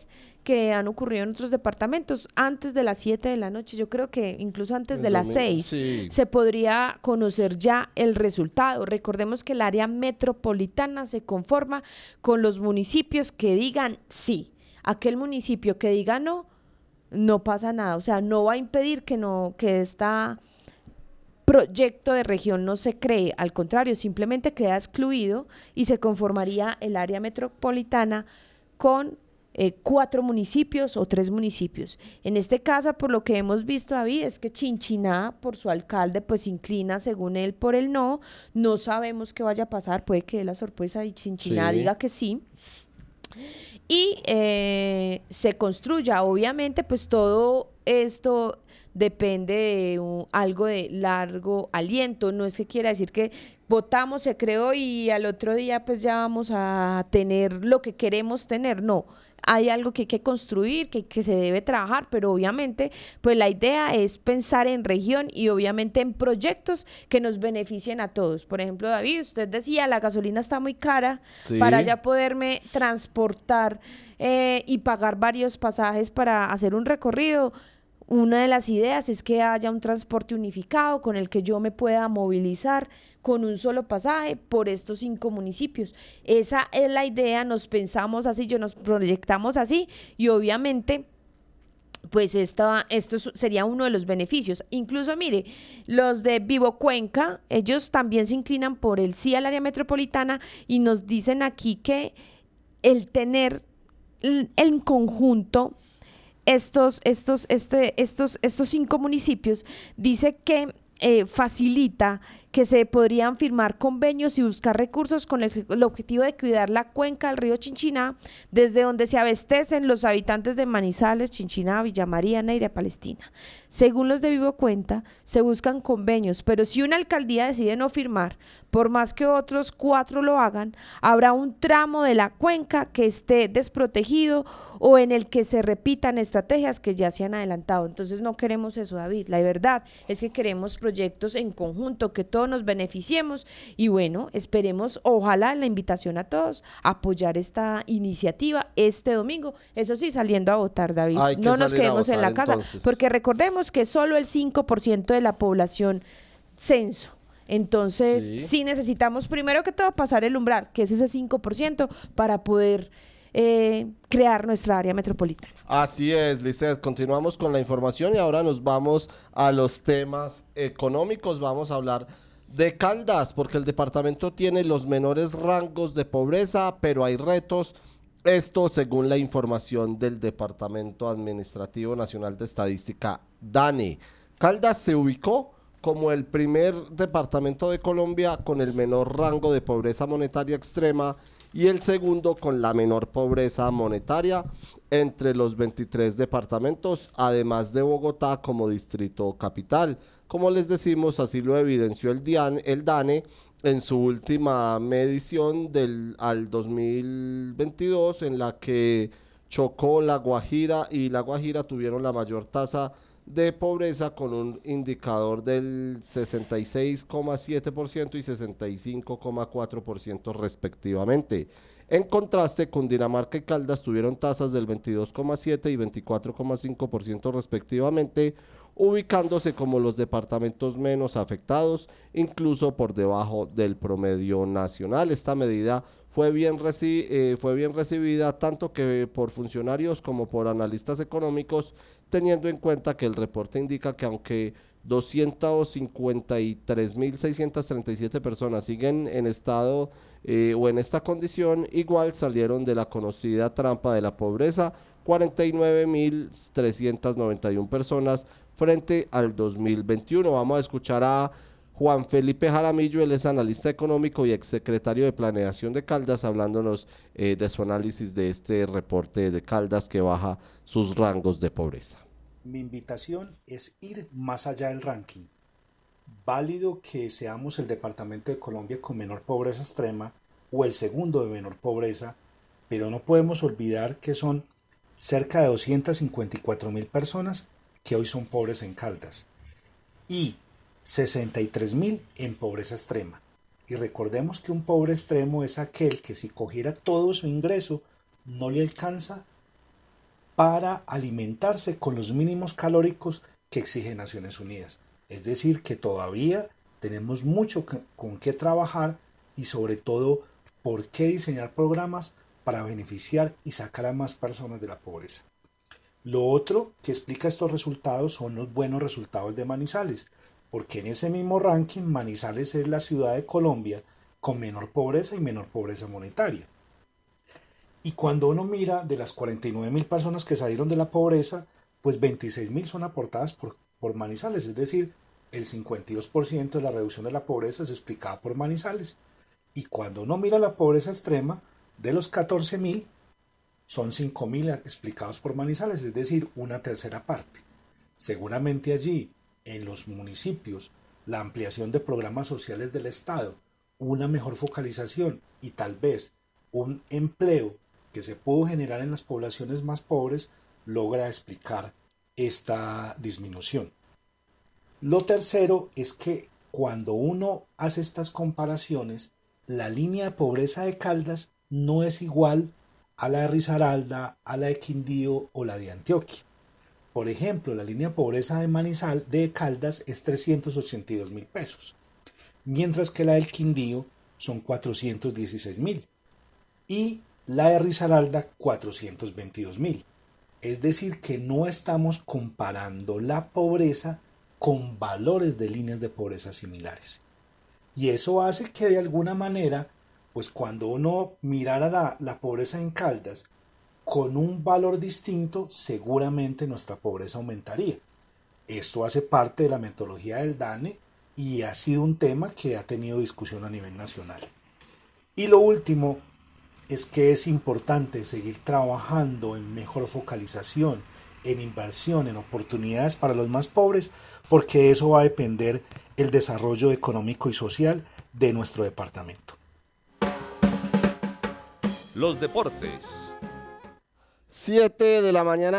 que han ocurrido en otros departamentos antes de las 7 de la noche. Yo creo que incluso antes de las 6 se podría conocer ya el resultado. Recordemos que el área metropolitana se conforma con los municipios que digan sí. Aquel municipio que diga no, no pasa nada. O sea, no va a impedir que esta proyecto de región no se cree, al contrario, simplemente queda excluido y se conformaría el área metropolitana con 4 municipios o 3 municipios. En este caso, por lo que hemos visto, David, es que Chinchiná, por su alcalde, pues se inclina, según él, por el no. No sabemos qué vaya a pasar, puede que dé la sorpresa y Chinchiná diga que sí. Y se construya, obviamente, pues todo esto depende de algo de largo aliento. No es que quiera decir que votamos, se creó y al otro día pues ya vamos a tener lo que queremos tener. No, hay algo que hay que construir, que se debe trabajar, pero obviamente pues la idea es pensar en región y obviamente en proyectos que nos beneficien a todos. Por ejemplo, David, usted decía, la gasolina está muy cara para ya poderme transportar y pagar varios pasajes para hacer un recorrido. Una de las ideas es que haya un transporte unificado con el que yo me pueda movilizar con un solo pasaje por estos 5 municipios. Esa es la idea, nos pensamos así, nos proyectamos así y obviamente pues esto sería uno de los beneficios. Incluso mire, los de Vivo Cuenca, ellos también se inclinan por el sí al área metropolitana y nos dicen aquí que el tener en conjunto estos 5 municipios, dice que facilita que se podrían firmar convenios y buscar recursos con el objetivo de cuidar la cuenca del río Chinchiná, desde donde se abastecen los habitantes de Manizales, Chinchiná, Villa María, Neiva, Palestina. Según los de Vivo Cuenta, se buscan convenios, pero si una alcaldía decide no firmar, por más que otros 4 lo hagan, habrá un tramo de la cuenca que esté desprotegido o en el que se repitan estrategias que ya se han adelantado. Entonces no queremos eso, David. La verdad es que queremos proyectos en conjunto, que todos nos beneficiemos y bueno, esperemos, ojalá la invitación a todos a apoyar esta iniciativa este domingo, eso sí, saliendo a votar, David. No nos quedemos en la casa, porque recordemos que solo el 5% de la población censo. Entonces, sí necesitamos primero que todo pasar el umbral, que es ese 5%, para poder crear nuestra área metropolitana. Así es, Lizeth. Continuamos con la información y ahora nos vamos a los temas económicos. Vamos a hablar de Caldas, porque el departamento tiene los menores rangos de pobreza, pero hay retos. Esto según la información del Departamento Administrativo Nacional de Estadística, DANE. Caldas se ubicó como el primer departamento de Colombia con el menor rango de pobreza monetaria extrema y el segundo con la menor pobreza monetaria entre los 23 departamentos, además de Bogotá como distrito capital. Como les decimos, así lo evidenció el DANE en su última medición al 2022, en la que Chocó, La Guajira y La Guajira tuvieron la mayor tasa de pobreza con un indicador del 66,7% y 65,4% respectivamente. En contraste, Cundinamarca y Caldas tuvieron tasas del 22,7% y 24,5% respectivamente, ubicándose como los departamentos menos afectados, incluso por debajo del promedio nacional. Esta medida fue bien recibida tanto que por funcionarios como por analistas económicos, teniendo en cuenta que el reporte indica que aunque 253.637 personas siguen en estado o en esta condición, igual salieron de la conocida trampa de la pobreza 49.391 personas frente al 2021. Vamos a escuchar a Juan Felipe Jaramillo, él es analista económico y exsecretario de Planeación de Caldas, hablándonos de su análisis de este reporte de Caldas que baja sus rangos de pobreza. Mi invitación es ir más allá del ranking. Válido que seamos el departamento de Colombia con menor pobreza extrema o el segundo de menor pobreza, pero no podemos olvidar que son cerca de 254.000 personas que hoy son pobres en Caldas y 63.000 en pobreza extrema. Y recordemos que un pobre extremo es aquel que si cogiera todo su ingreso no le alcanza para alimentarse con los mínimos calóricos que exige Naciones Unidas. Es decir, que todavía tenemos mucho con qué trabajar y sobre todo por qué diseñar programas para beneficiar y sacar a más personas de la pobreza. Lo otro que explica estos resultados son los buenos resultados de Manizales, porque en ese mismo ranking Manizales es la ciudad de Colombia con menor pobreza y menor pobreza monetaria. Y cuando uno mira de las 49.000 personas que salieron de la pobreza, pues 26.000 son aportadas por Manizales, es decir, el 52% de la reducción de la pobreza es explicada por Manizales. Y cuando uno mira la pobreza extrema, de los 14.000, son 5.000 explicados por Manizales, es decir, una tercera parte. Seguramente allí, en los municipios, la ampliación de programas sociales del Estado, una mejor focalización y tal vez un empleo que se pudo generar en las poblaciones más pobres logra explicar esta disminución. Lo tercero es que cuando uno hace estas comparaciones, la línea de pobreza de Caldas no es igual a la de Risaralda, a la de Quindío o la de Antioquia. Por ejemplo, la línea de pobreza de Caldas es 382.000 pesos, mientras que la del Quindío son 416.000 y la de Risaralda 422.000. Es decir, que no estamos comparando la pobreza con valores de líneas de pobreza similares. Y eso hace que de alguna manera, pues cuando uno mirara la pobreza en Caldas con un valor distinto, seguramente nuestra pobreza aumentaría. Esto hace parte de la metodología del DANE y ha sido un tema que ha tenido discusión a nivel nacional. Y lo último es que es importante seguir trabajando en mejor focalización, en inversión, en oportunidades para los más pobres, porque eso va a depender el desarrollo económico y social de nuestro departamento. Los deportes. 7 de la mañana,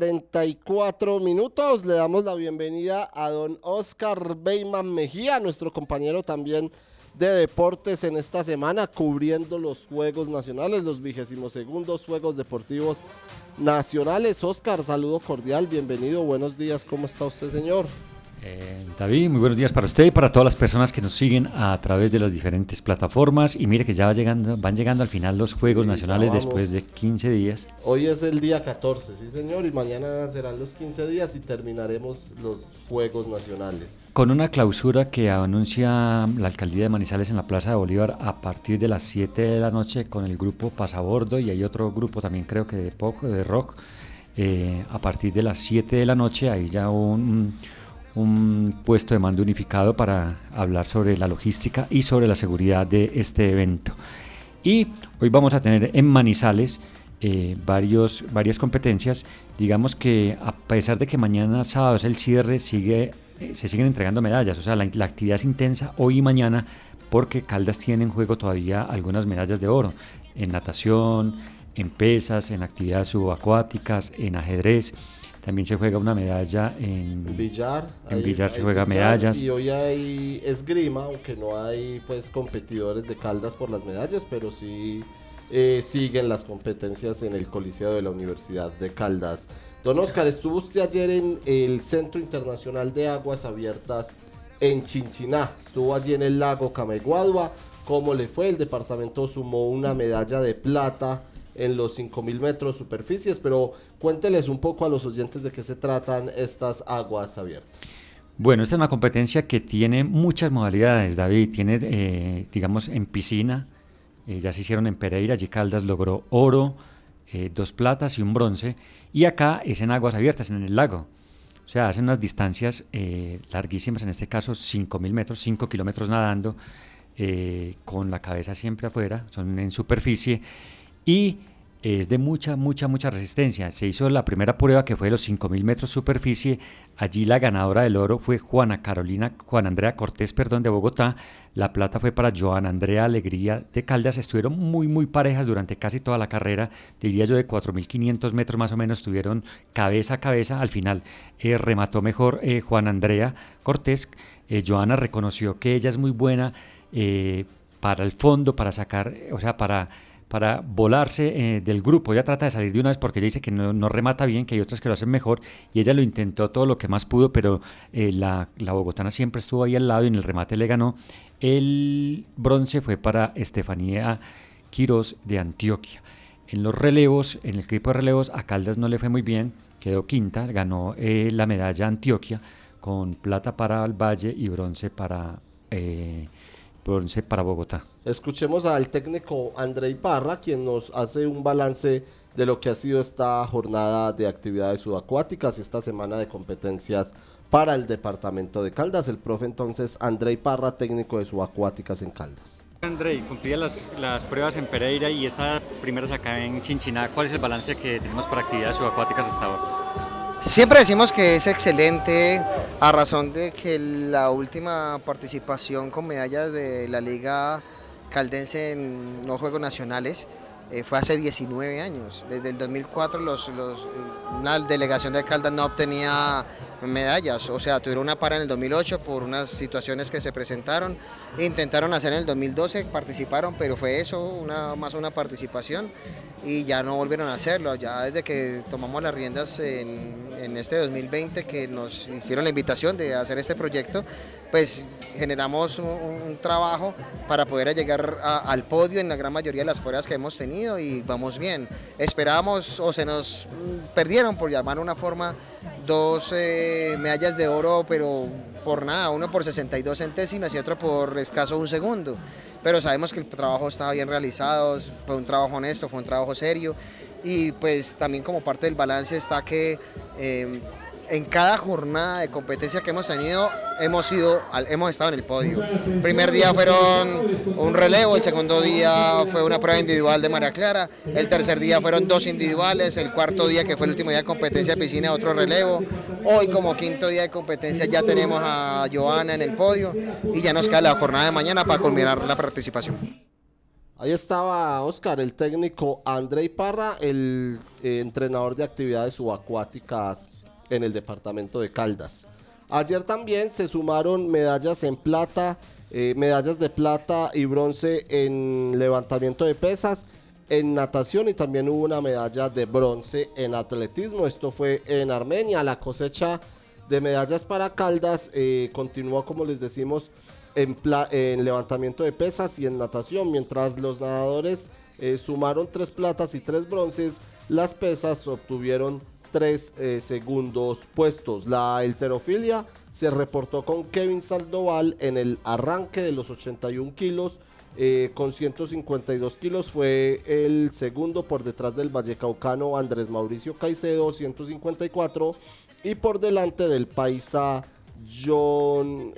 44 minutos. Le damos la bienvenida a don Oscar Beyman Mejía, nuestro compañero también de deportes en esta semana, cubriendo los Juegos Nacionales, los 22º Juegos Deportivos Nacionales. Oscar, saludo cordial, bienvenido, buenos días, ¿cómo está usted, señor? David, muy buenos días para usted y para todas las personas que nos siguen a través de las diferentes plataformas. Y mire que ya van llegando al final los Juegos Nacionales después de 15 días. Hoy es el día 14, sí señor, y mañana serán los 15 días y terminaremos los Juegos Nacionales. Con una clausura que anuncia la Alcaldía de Manizales en la Plaza de Bolívar a partir de las 7 de la noche con el grupo Pasabordo, y hay otro grupo también creo que de rock, a partir de las 7 de la noche hay ya un puesto de mando unificado para hablar sobre la logística y sobre la seguridad de este evento. Y hoy vamos a tener en Manizales varias competencias. Digamos que a pesar de que mañana sábado es el cierre, se siguen entregando medallas, o sea, la actividad es intensa hoy y mañana porque Caldas tiene en juego todavía algunas medallas de oro en natación, en pesas, en actividades subacuáticas, en ajedrez. También se juega una medalla en billar. En billar se juega medallas. Y hoy hay esgrima, aunque no hay pues competidores de Caldas por las medallas, pero sí siguen las competencias en el Coliseo de la Universidad de Caldas. Don Oscar, estuvo usted ayer en el Centro Internacional de Aguas Abiertas en Chinchiná. Estuvo allí en el lago Cameguadua. ¿Cómo le fue? El departamento sumó una medalla de plata en los 5.000 metros superficies, pero cuénteles un poco a los oyentes de qué se tratan estas aguas abiertas. Bueno, esta es una competencia que tiene muchas modalidades, David. Tiene, digamos, en piscina, ya se hicieron en Pereira, allí Caldas logró oro, 2 platas y un bronce, y acá es en aguas abiertas, en el lago. O sea, hacen unas distancias larguísimas, en este caso 5.000 metros, 5 kilómetros nadando, con la cabeza siempre afuera, son en superficie, y es de mucha resistencia. Se hizo la primera prueba que fue de los 5.000 metros superficie. Allí la ganadora del oro fue Juan Andrea Cortés, de Bogotá. La plata fue para Joana Andrea Alegría de Caldas. Estuvieron muy parejas durante casi toda la carrera, diría yo de 4.500 metros más o menos, estuvieron cabeza a cabeza. Al final remató mejor Juan Andrea Cortés. Joana reconoció que ella es muy buena para el fondo, para sacar, o sea, para para volarse del grupo. Ella trata de salir de una vez porque ella dice que no remata bien, que hay otras que lo hacen mejor, y ella lo intentó todo lo que más pudo, pero la bogotana siempre estuvo ahí al lado y en el remate le ganó. El bronce fue para Estefanía Quirós de Antioquia. En los relevos, en el equipo de relevos, a Caldas no le fue muy bien, quedó quinta, ganó la medalla Antioquia con plata para el Valle y bronce para Bogotá. Escuchemos al técnico Andrei Parra, quien nos hace un balance de lo que ha sido esta jornada de actividades subacuáticas y esta semana de competencias para el departamento de Caldas. El profe entonces Andrei Parra, técnico de subacuáticas en Caldas. Andrei, cumplía las pruebas en Pereira y estas primeras acá en Chinchiná. ¿Cuál es el balance que tenemos para actividades subacuáticas hasta ahora? Siempre decimos que es excelente, a razón de que la última participación con medallas de la Liga Caldense en los Juegos Nacionales fue hace 19 años. Desde el 2004 una delegación de Caldas no obtenía medallas, o sea, tuvieron una para en el 2008 por unas situaciones que se presentaron, intentaron hacer en el 2012, participaron, pero fue eso, más una participación, y ya no volvieron a hacerlo. Ya desde que tomamos las riendas en este 2020, que nos hicieron la invitación de hacer este proyecto, pues generamos un trabajo para poder llegar al podio en la gran mayoría de las pruebas que hemos tenido, y vamos bien. Esperábamos, o se nos perdieron, por llamar una forma, 2 medallas de oro, pero por nada, uno por 62 centésimas y otro por escaso un segundo. Pero sabemos que el trabajo estaba bien realizado, fue un trabajo honesto, fue un trabajo serio, y pues también como parte del balance está que en cada jornada de competencia que hemos tenido hemos estado en el podio. El primer día fueron un relevo, el segundo día fue una prueba individual de María Clara, el tercer día fueron 2 individuales, el cuarto día, que fue el último día de competencia de piscina, otro relevo. Hoy, como quinto día de competencia, ya tenemos a Joana en el podio y ya nos queda la jornada de mañana para culminar la participación. Ahí estaba Oscar, el técnico Andrei Parra, el entrenador de actividades subacuáticas en el departamento de Caldas. Ayer también se sumaron medallas en plata, medallas de plata y bronce en levantamiento de pesas, en natación, y también hubo una medalla de bronce en atletismo. Esto fue en Armenia. La cosecha de medallas para Caldas continuó, como les decimos, en levantamiento de pesas y en natación. Mientras los nadadores sumaron 3 platas y 3 bronces, las pesas obtuvieron 3 segundos puestos. La halterofilia se reportó con Kevin Sandoval en el arranque de los 81 kilos, con 152 kilos, fue el segundo por detrás del vallecaucano Andrés Mauricio Caicedo, 154, y por delante del paisa John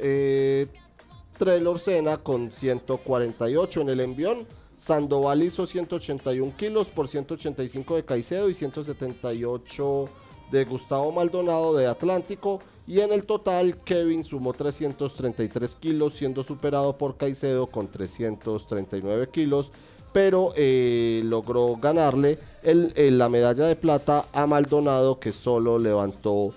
Trelor Sena con 148. En el envión, Sandoval hizo 181 kilos por 185 de Caicedo y 178 de Gustavo Maldonado de Atlántico, y en el total Kevin sumó 333 kilos, siendo superado por Caicedo con 339 kilos, pero logró ganarle la medalla de plata a Maldonado, que solo levantó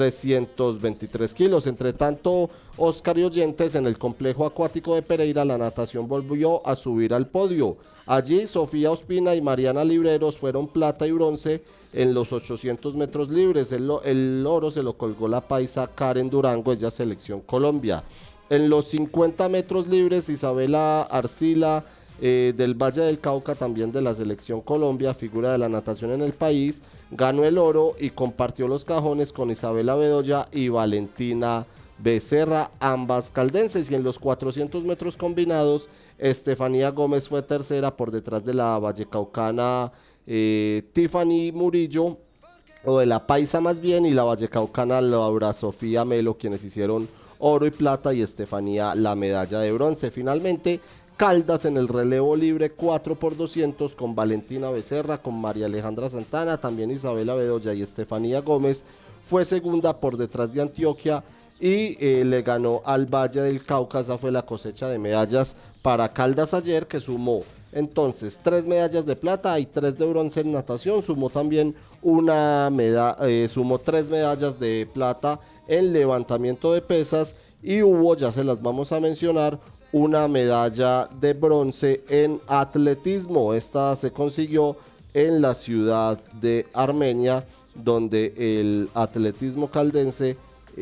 323 kilos. Entre tanto, Oscar y oyentes, en el complejo acuático de Pereira, la natación volvió a subir al podio. Allí Sofía Ospina y Mariana Libreros fueron plata y bronce en los 800 metros libres. El oro se lo colgó la paisa Karen Durango, ella selección Colombia. En los 50 metros libres, Isabela Arcila del Valle del Cauca, también de la selección Colombia, figura de la natación en el país, ganó el oro y compartió los cajones con Isabela Bedoya y Valentina Becerra, ambas caldenses. Y en los 400 metros combinados, Estefanía Gómez fue tercera por detrás de la vallecaucana Tiffany Murillo, o de la paisa más bien, y la vallecaucana Laura Sofía Melo, quienes hicieron oro y plata, y Estefanía la medalla de bronce. Finalmente, Caldas en el relevo libre 4x200 con Valentina Becerra, con María Alejandra Santana, también Isabela Bedoya y Estefanía Gómez, fue segunda por detrás de Antioquia y le ganó al Valle del Cauca. Esa fue la cosecha de medallas para Caldas ayer, que sumó entonces 3 medallas de plata y 3 de bronce en natación. Sumó también sumó 3 medallas de plata en levantamiento de pesas y hubo, ya se las vamos a mencionar, una medalla de bronce en atletismo. Esta se consiguió en la ciudad de Armenia, donde el atletismo caldense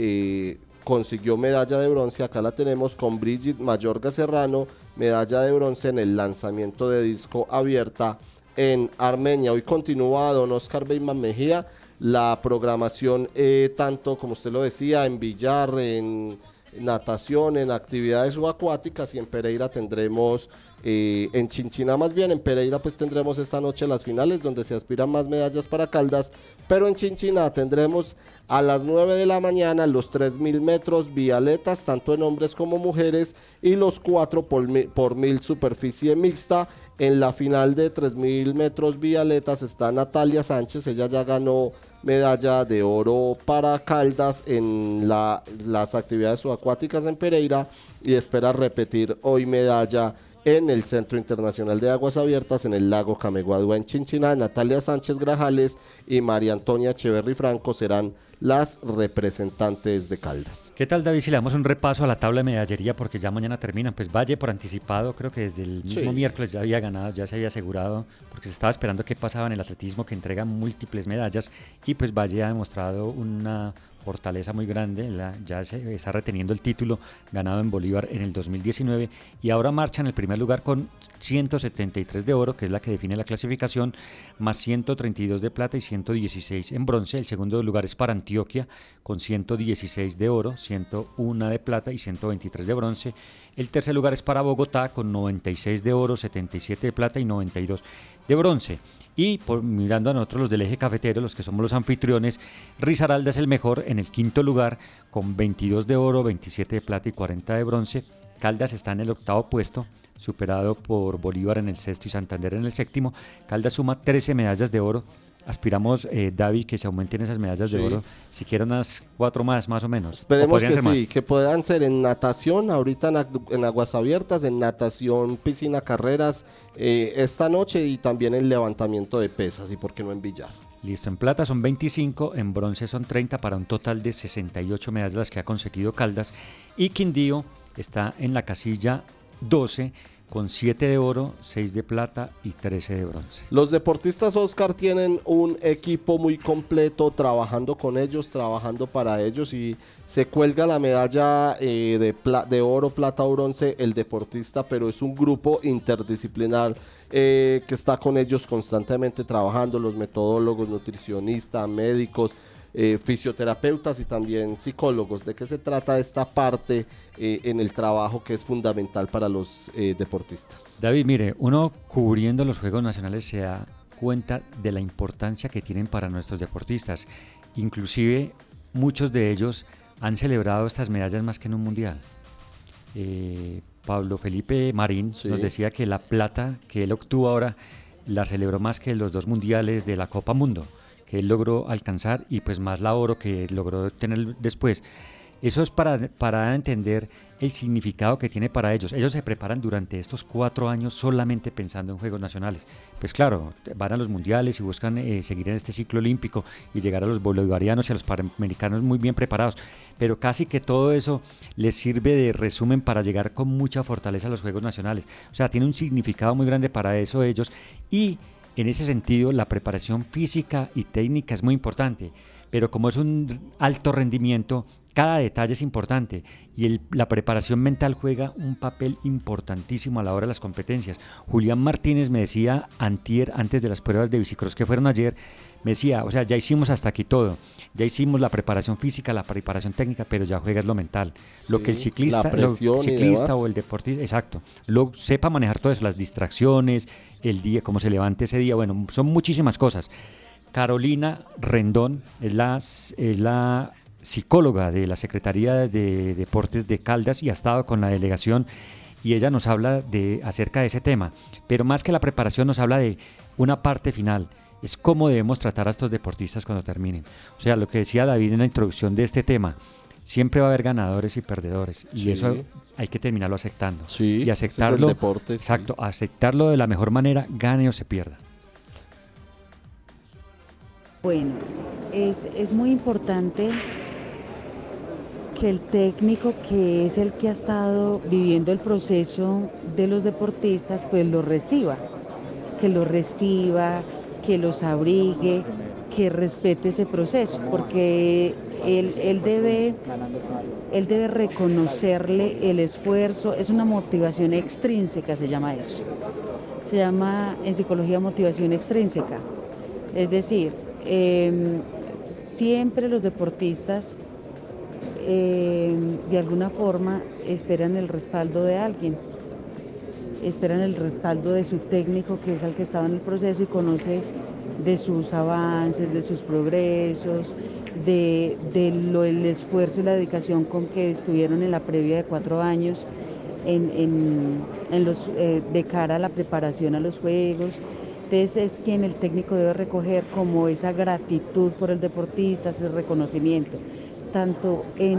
consiguió medalla de bronce. Acá la tenemos con Brigitte Mayorga Serrano, medalla de bronce en el lanzamiento de disco abierta en Armenia. Hoy continúa don Oscar Beyman Mejía la programación, tanto como usted lo decía, en billar, en natación, en actividades subacuáticas, y en Pereira tendremos, en Chinchiná más bien, en Pereira pues tendremos esta noche las finales donde se aspiran más medallas para Caldas, pero en Chinchiná tendremos a las 9 de la mañana los 3.000 metros vialetas, tanto en hombres como mujeres, y los 4 por 1000 superficie mixta. En la final de 3.000 metros vialetas está Natalia Sánchez, ella ya ganó medalla de oro para Caldas en las actividades subacuáticas en Pereira y espera repetir hoy medalla en el Centro Internacional de Aguas Abiertas en el lago Cameguadua en Chinchiná. Natalia Sánchez Grajales y María Antonia Echeverry Franco serán las representantes de Caldas. ¿Qué tal, David, si le damos un repaso a la tabla de medallería, porque ya mañana terminan? Pues Valle, por anticipado, creo que desde el mismo miércoles ya había ganado, ya se había asegurado, porque se estaba esperando qué pasaba en el atletismo, que entrega múltiples medallas, y pues Valle ha demostrado una fortaleza muy grande, ya se está reteniendo el título ganado en Bolívar en el 2019 y ahora marcha en el primer lugar con 173 de oro, que es la que define la clasificación, más 132 de plata y 116 en bronce. El segundo lugar es para Antioquia con 116 de oro, 101 de plata y 123 de bronce. El tercer lugar es para Bogotá con 96 de oro, 77 de plata y 92 de bronce. Y mirando a nosotros los del eje cafetero, los que somos los anfitriones, Risaralda es el mejor en el quinto lugar con 22 de oro, 27 de plata y 40 de bronce. Caldas está en el octavo puesto, superado por Bolívar en el sexto y Santander en el séptimo. Caldas suma 13 medallas de oro. Aspiramos, David, que se aumenten esas medallas de oro, siquiera unas 4 más o menos. Esperemos que sí, que puedan ser en natación, ahorita en aguas abiertas, en natación, piscina, carreras, esta noche, y también en levantamiento de pesas, y por qué no en billar. Listo, en plata son 25, en bronce son 30, para un total de 68 medallas las que ha conseguido Caldas, y Quindío está en la casilla 12, con 7 de oro, 6 de plata y 13 de bronce. Los deportistas, Oscar, tienen un equipo muy completo trabajando con ellos, trabajando para ellos, y se cuelga la medalla de oro, plata o bronce el deportista, pero es un grupo interdisciplinar que está con ellos constantemente trabajando, los metodólogos, nutricionistas, médicos, fisioterapeutas y también psicólogos. ¿De qué se trata esta parte en el trabajo que es fundamental para los deportistas? David, mire, uno cubriendo los Juegos Nacionales se da cuenta de la importancia que tienen para nuestros deportistas. Inclusive muchos de ellos han celebrado estas medallas más que en un mundial. Pablo Felipe Marín nos decía que la plata que él obtuvo ahora la celebró más que los 2 mundiales de la Copa Mundo que él logró alcanzar, y pues más la oro que logró tener después. Eso es para dar a entender el significado que tiene para ellos. Ellos se preparan durante estos 4 años solamente pensando en Juegos Nacionales. Pues claro, van a los mundiales y buscan seguir en este ciclo olímpico y llegar a los bolivarianos y a los panamericanos muy bien preparados. Pero casi que todo eso les sirve de resumen para llegar con mucha fortaleza a los Juegos Nacionales. O sea, tiene un significado muy grande para eso ellos, y en ese sentido la preparación física y técnica es muy importante. Pero como es un alto rendimiento, cada detalle es importante, y la preparación mental juega un papel importantísimo a la hora de las competencias. Julián Martínez me decía antes de las pruebas de bicicross que fueron ayer, me decía, o sea, ya hicimos hasta aquí todo, ya hicimos la preparación física, la preparación técnica, pero ya juegas lo mental, lo que el ciclista o el deportista, exacto, lo sepa manejar todo eso, las distracciones, el día, cómo se levante ese día, bueno, son muchísimas cosas. Carolina Rendón es la psicóloga de la Secretaría de Deportes de Caldas y ha estado con la delegación, y ella nos habla acerca de ese tema, pero más que la preparación nos habla de una parte final, es cómo debemos tratar a estos deportistas cuando terminen. O sea, lo que decía David en la introducción de este tema, siempre va a haber ganadores y perdedores, y eso hay que terminarlo aceptando. Sí, y aceptarlo, ese es el deporte, exacto, aceptarlo de la mejor manera, gane o se pierda. Bueno, es muy importante que el técnico, que es el que ha estado viviendo el proceso de los deportistas, pues lo reciba, que los abrigue, que respete ese proceso, porque él debe reconocerle el esfuerzo. Es una motivación extrínseca, se llama eso. Se llama en psicología motivación extrínseca. Es decir, siempre los deportistas de alguna forma esperan el respaldo de alguien, esperan el respaldo de su técnico, que es el que estaba en el proceso y conoce de sus avances, de sus progresos, el esfuerzo y la dedicación con que estuvieron en la previa de 4 años de cara a la preparación a los Juegos. Entonces es quien el técnico debe recoger como esa gratitud por el deportista, ese reconocimiento, tanto en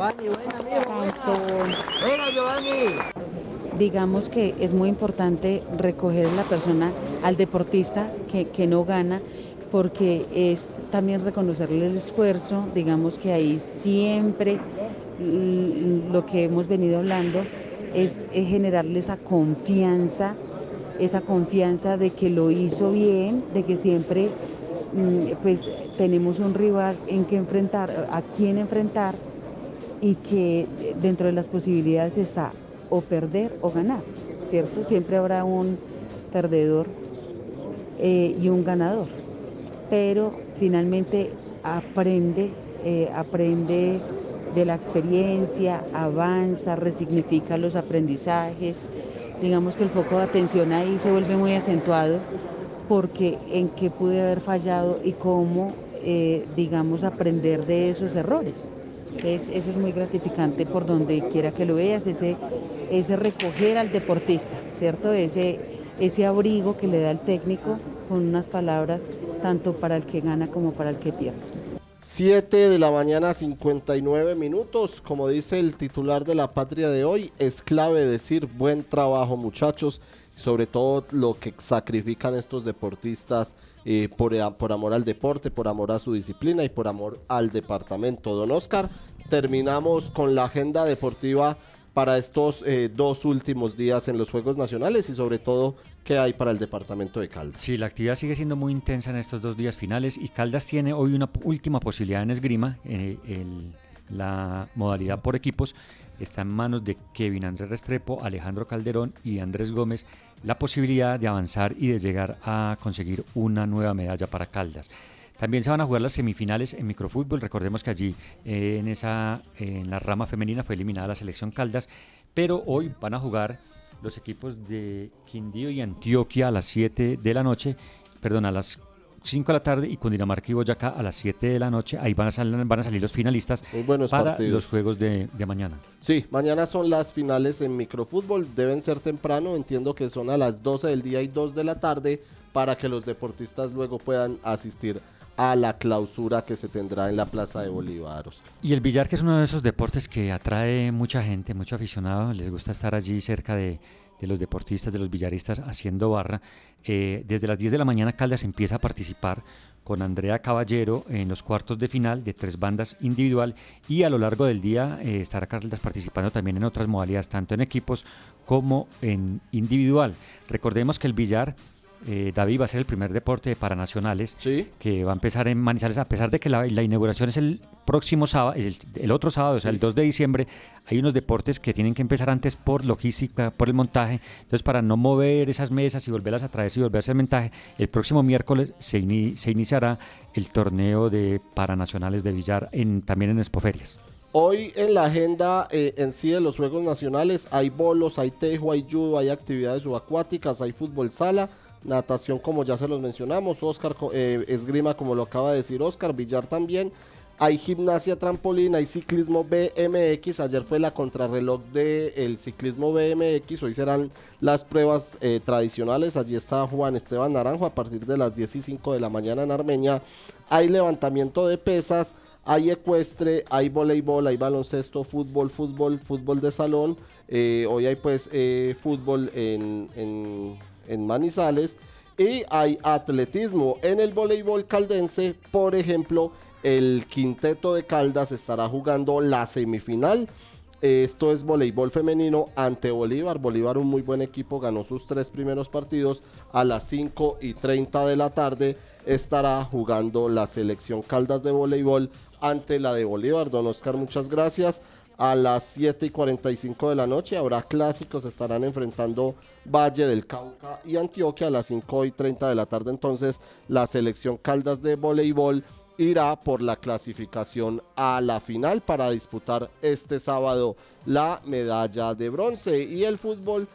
digamos que es muy importante recoger a la persona, al deportista que no gana, porque es también reconocerle el esfuerzo. Digamos que ahí siempre lo que hemos venido hablando es generarle esa confianza de que lo hizo bien, de que siempre pues tenemos un rival en que enfrentar, a quien enfrentar, y que dentro de las posibilidades está o perder o ganar, ¿cierto? Siempre habrá un perdedor y un ganador, pero finalmente aprende de la experiencia, avanza, resignifica los aprendizajes. Digamos que el foco de atención ahí se vuelve muy acentuado, porque en qué pude haber fallado y cómo, digamos, aprender de esos errores. Entonces, eso es muy gratificante por donde quiera que lo veas, ese recoger al deportista, ¿cierto? Ese abrigo que le da el técnico con unas palabras tanto para el que gana como para el que pierde. 7 de la mañana, 59 minutos. Como dice el titular de La Patria de hoy, es clave decir buen trabajo, muchachos, sobre todo lo que sacrifican estos deportistas por amor al deporte, por amor a su disciplina y por amor al departamento. Don Oscar, terminamos con la agenda deportiva para estos 2 últimos días en los Juegos Nacionales y sobre todo qué hay para el departamento de Caldas. Sí, la actividad sigue siendo muy intensa en estos 2 días finales y Caldas tiene hoy una última posibilidad en esgrima. La modalidad por equipos está en manos de Kevin Andrés Restrepo, Alejandro Calderón y Andrés Gómez, la posibilidad de avanzar y de llegar a conseguir una nueva medalla para Caldas. También se van a jugar las semifinales en microfútbol. Recordemos que allí en la rama femenina fue eliminada la selección Caldas, pero hoy van a jugar los equipos de Quindío y Antioquia a las 7 de la noche, a las 5 de la tarde, y Cundinamarca y Boyacá a las 7 de la noche. Ahí van a salir los finalistas para partidos. Los juegos de mañana. Sí, mañana son las finales en microfútbol, deben ser temprano, entiendo que son a las 12 del día y 2 de la tarde, para que los deportistas luego puedan asistir a la clausura que se tendrá en la Plaza de Bolívar. Y el billar, que es uno de esos deportes que atrae mucha gente, mucho aficionado, les gusta estar allí cerca de los deportistas, de los billaristas haciendo barra. Desde las 10 de la mañana Caldas empieza a participar con Andrea Caballero en los cuartos de final de 3 bandas individual, y a lo largo del día estará Caldas participando también en otras modalidades, tanto en equipos como en individual. Recordemos que el billar, David, va a ser el primer deporte de Paranacionales, ¿sí?, que va a empezar en Manizales, a pesar de que la inauguración es el próximo sábado, el otro sábado, o sea, el 2 de diciembre. Hay unos deportes que tienen que empezar antes por logística, por el montaje. Entonces, para no mover esas mesas y volverlas a traer y volver a hacer el montaje, el próximo miércoles se iniciará el torneo de Paranacionales de billar también en Expoferias. Hoy en la agenda en sí de los Juegos Nacionales hay bolos, hay tejo, hay judo, hay actividades subacuáticas, hay fútbol sala, natación, como ya se los mencionamos, Oscar, esgrima, como lo acaba de decir Oscar, billar también, hay gimnasia, trampolín, hay ciclismo BMX. Ayer fue la contrarreloj del ciclismo BMX, hoy serán las pruebas tradicionales. Allí está Juan Esteban Naranjo a partir de las 10:05 de la mañana en Armenia. Hay levantamiento de pesas, hay ecuestre, hay voleibol, hay baloncesto, fútbol de salón. Hoy hay pues fútbol en Manizales, y hay atletismo. En el voleibol caldense, por ejemplo, el quinteto de Caldas estará jugando la semifinal. Esto es voleibol femenino ante Bolívar. Bolívar, un muy buen equipo, ganó sus 3 primeros partidos. A las 5:30 de la tarde estará jugando la selección Caldas de voleibol ante la de Bolívar. Don Oscar, muchas gracias. A las 7:45 de la noche habrá clásicos, estarán enfrentando Valle del Cauca y Antioquia. A las 5:30 de la tarde entonces la selección Caldas de voleibol irá por la clasificación a la final para disputar este sábado la medalla de bronce. Y el fútbol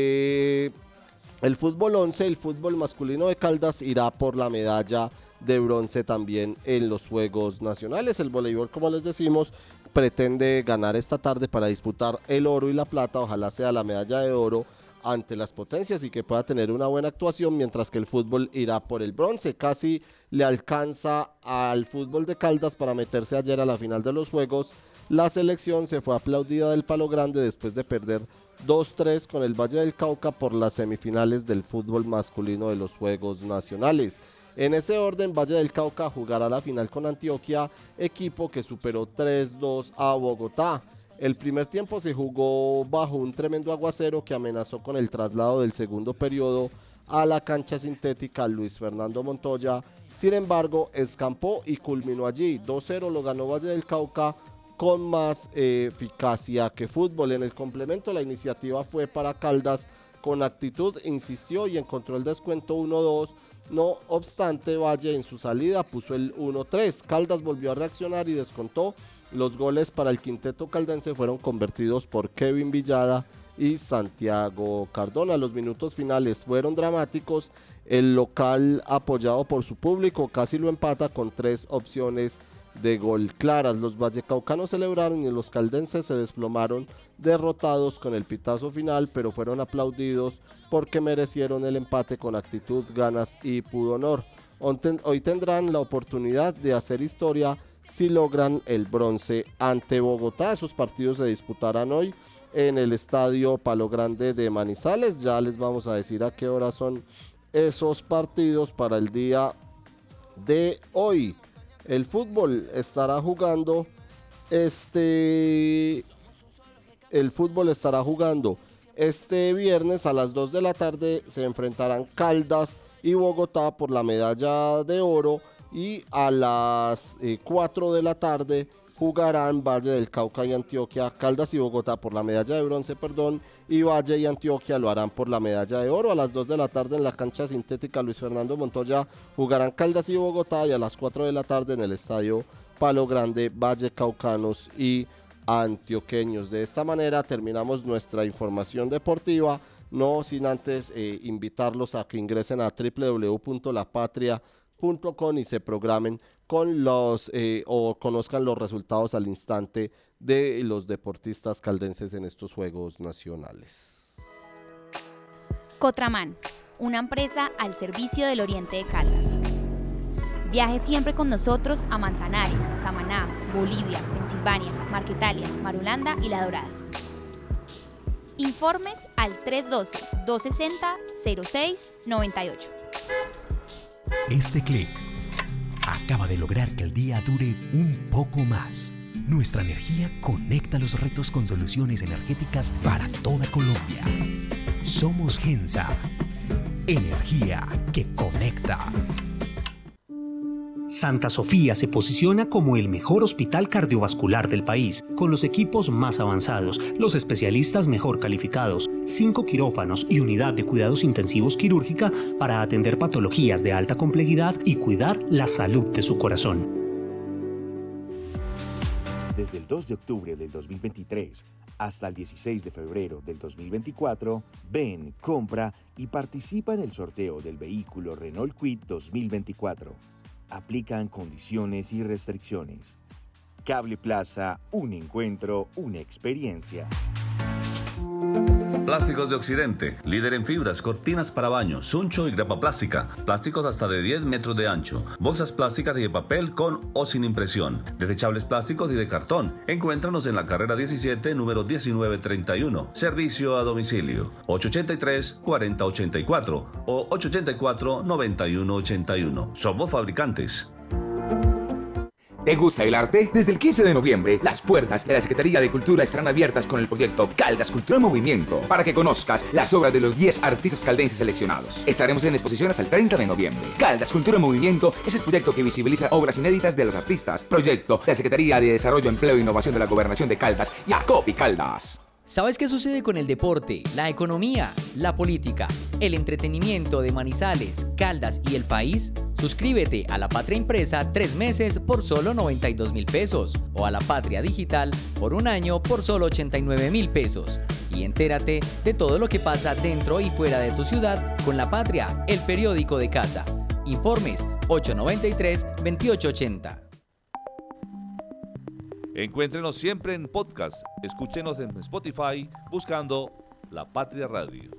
11, el fútbol masculino de Caldas irá por la medalla de bronce también en los Juegos Nacionales. El voleibol, como les decimos, pretende ganar esta tarde para disputar el oro y la plata. Ojalá sea la medalla de oro ante las potencias y que pueda tener una buena actuación, mientras que el fútbol irá por el bronce. Casi le alcanza al fútbol de Caldas para meterse ayer a la final de los Juegos. La selección se fue aplaudida del Palo Grande después de perder 2-3 con el Valle del Cauca por las semifinales del fútbol masculino de los Juegos Nacionales. En ese orden, Valle del Cauca jugará la final con Antioquia, equipo que superó 3-2 a Bogotá. El primer tiempo se jugó bajo un tremendo aguacero que amenazó con el traslado del segundo periodo a la cancha sintética Luis Fernando Montoya. Sin embargo, escampó y culminó allí. 2-0 lo ganó Valle del Cauca con más eficacia que fútbol. En el complemento, la iniciativa fue para Caldas. Con actitud insistió y encontró el descuento 1-2. No obstante, Valle en su salida puso el 1-3. Caldas volvió a reaccionar y descontó. Los goles para el quinteto caldense fueron convertidos por Kevin Villada y Santiago Cardona. Los minutos finales fueron dramáticos. El local, apoyado por su público, casi lo empata con 3 opciones de gol claras. Los vallecaucanos celebraron y los caldenses se desplomaron derrotados con el pitazo final, pero fueron aplaudidos porque merecieron el empate con actitud, ganas y pundonor. Hoy tendrán la oportunidad de hacer historia si logran el bronce ante Bogotá. Esos partidos se disputarán hoy en el estadio Palo Grande de Manizales. Ya les vamos a decir a qué hora son esos partidos para el día de hoy. El fútbol estará jugando este viernes a las 2 de la tarde. Se enfrentarán Caldas y Bogotá por la medalla de oro, y a las 4 de la tarde jugarán Valle del Cauca y Antioquia. Caldas y Bogotá por la medalla de bronce, y Valle y Antioquia lo harán por la medalla de oro. A las 2 de la tarde en la cancha sintética Luis Fernando Montoya jugarán Caldas y Bogotá, y a las 4 de la tarde en el estadio Palo Grande, Valle Caucanos y antioqueños. De esta manera terminamos nuestra información deportiva, no sin antes invitarlos a que ingresen a www.lapatria.com y se programen con o conozcan los resultados al instante de los deportistas caldenses en estos Juegos Nacionales. Cotraman, una empresa al servicio del Oriente de Caldas. Viaje siempre con nosotros a Manzanares, Samaná, Bolivia, Pensilvania, Marquetalia, Marulanda y La Dorada. Informes al 312-260-0698. Este clic acaba de lograr que el día dure un poco más. Nuestra energía conecta los retos con soluciones energéticas para toda Colombia. Somos Gensa. Energía que conecta. Santa Sofía se posiciona como el mejor hospital cardiovascular del país, con los equipos más avanzados, los especialistas mejor calificados, 5 quirófanos y unidad de cuidados intensivos quirúrgica para atender patologías de alta complejidad y cuidar la salud de su corazón. Desde el 2 de octubre del 2023 hasta el 16 de febrero del 2024, ven, compra y participa en el sorteo del vehículo Renault Kwid 2024. Aplican condiciones y restricciones. Cable Plaza, un encuentro, una experiencia. Plásticos de Occidente, líder en fibras, cortinas para baño, suncho y grapa plástica, plásticos hasta de 10 metros de ancho, bolsas plásticas y de papel con o sin impresión, desechables plásticos y de cartón. Encuéntranos en la carrera 17, número 1931, servicio a domicilio, 883-4084 o 884-9181. Somos fabricantes. ¿Te gusta el arte? Desde el 15 de noviembre, las puertas de la Secretaría de Cultura estarán abiertas con el proyecto Caldas Cultura en Movimiento para que conozcas las obras de los 10 artistas caldenses seleccionados. Estaremos en exposición hasta el 30 de noviembre. Caldas Cultura en Movimiento es el proyecto que visibiliza obras inéditas de los artistas. Proyecto de la Secretaría de Desarrollo, Empleo e Innovación de la Gobernación de Caldas y ACOPI Caldas. ¿Sabes qué sucede con el deporte, la economía, la política, el entretenimiento de Manizales, Caldas y el país? Suscríbete a La Patria Impresa 3 meses por solo 92.000 pesos o a La Patria Digital por un año por solo 89.000 pesos. Y entérate de todo lo que pasa dentro y fuera de tu ciudad con La Patria, el periódico de casa. Informes 893-2880. Encuéntrenos siempre en podcast. Escúchenos en Spotify buscando La Patria Radio.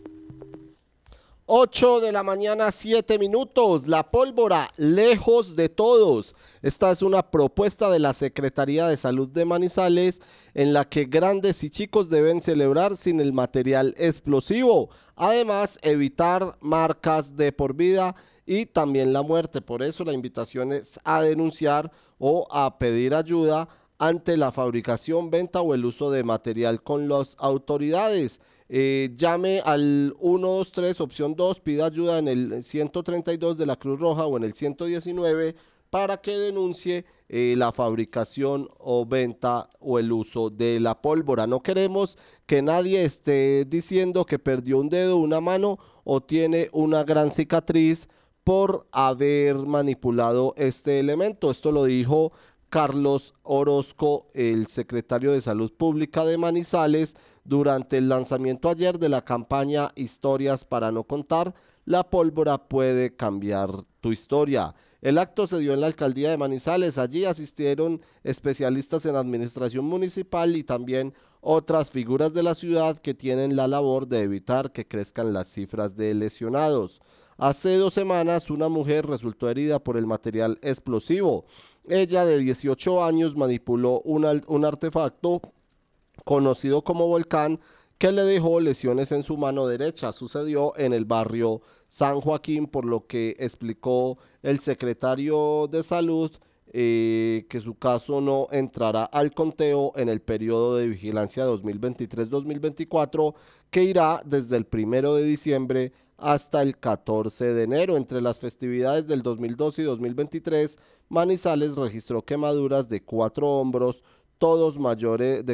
8 de la mañana, 7 minutos. La pólvora, lejos de todos. Esta es una propuesta de la Secretaría de Salud de Manizales en la que grandes y chicos deben celebrar sin el material explosivo. Además, evitar marcas de por vida y también la muerte. Por eso la invitación es a denunciar o a pedir ayuda ante la fabricación, venta o el uso de material con las autoridades. Llame al 123, opción 2, pida ayuda en el 132 de la Cruz Roja o en el 119 para que denuncie la fabricación o venta o el uso de la pólvora. No queremos que nadie esté diciendo que perdió un dedo, una mano o tiene una gran cicatriz por haber manipulado este elemento. Esto lo dijo Carlos Orozco, el secretario de Salud Pública de Manizales, durante el lanzamiento ayer de la campaña Historias para no contar, la pólvora puede cambiar tu historia. El acto se dio en la alcaldía de Manizales. Allí asistieron especialistas en administración municipal y también otras figuras de la ciudad que tienen la labor de evitar que crezcan las cifras de lesionados. Hace 2 semanas una mujer resultó herida por el material explosivo. Ella, de 18 años, manipuló un artefacto conocido como volcán que le dejó lesiones en su mano derecha. Sucedió en el barrio San Joaquín, por lo que explicó el secretario de Salud que su caso no entrará al conteo en el periodo de vigilancia 2023-2024 que irá desde el 1 de diciembre hasta el 14 de enero. Entre las festividades del 2012 y 2023, Manizales registró quemaduras de 4 hombres, todos mayores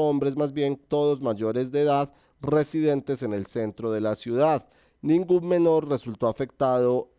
de edad, residentes en el centro de la ciudad. Ningún menor resultó afectado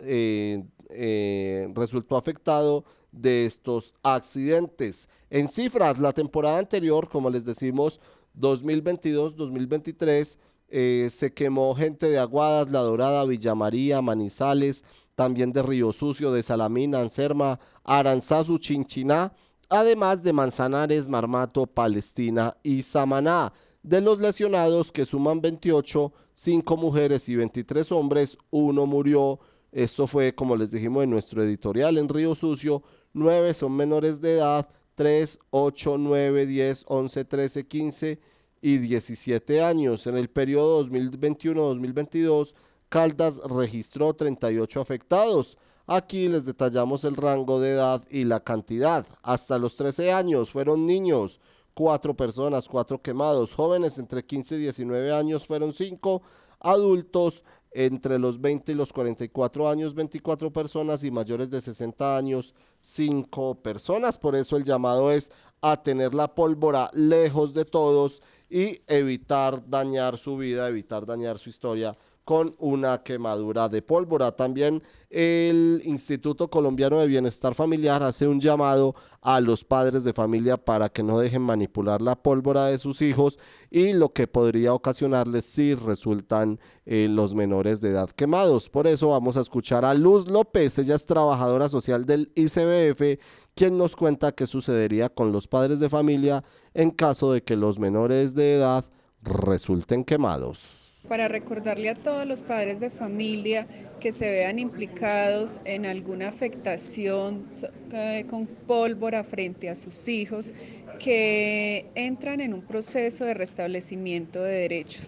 de estos accidentes. En cifras, la temporada anterior, como les decimos, 2022-2023, se quemó gente de Aguadas, La Dorada, Villa María, Manizales, también de Río Sucio, de Salamina, Anserma, Aranzazu, Chinchiná, además de Manzanares, Marmato, Palestina y Samaná. De los lesionados, que suman 28, 5 mujeres y 23 hombres, 1 murió. Esto fue, como les dijimos en nuestro editorial, en Río Sucio. 9 son menores de edad, 3, 8, 9, 10, 11, 13, 15 y 17 años. En el periodo 2021-2022, Caldas registró 38 afectados. Aquí les detallamos el rango de edad y la cantidad. Hasta los 13 años fueron niños, 4 personas, 4 quemados. Jóvenes entre 15 y 19 años fueron 5. Adultos entre los 20 y los 44 años, 24 personas, y mayores de 60 años, 5 personas. Por eso el llamado es a tener la pólvora lejos de todos y evitar dañar su vida, evitar dañar su historia con una quemadura de pólvora. También el Instituto Colombiano de Bienestar Familiar hace un llamado a los padres de familia para que no dejen manipular la pólvora de sus hijos y lo que podría ocasionarles si resultan los menores de edad quemados. Por eso vamos a escuchar a Luz López. Ella es trabajadora social del ICBF, quien nos cuenta qué sucedería con los padres de familia en caso de que los menores de edad resulten quemados. Para recordarle a todos los padres de familia que se vean implicados en alguna afectación con pólvora frente a sus hijos, que entran en un proceso de restablecimiento de derechos.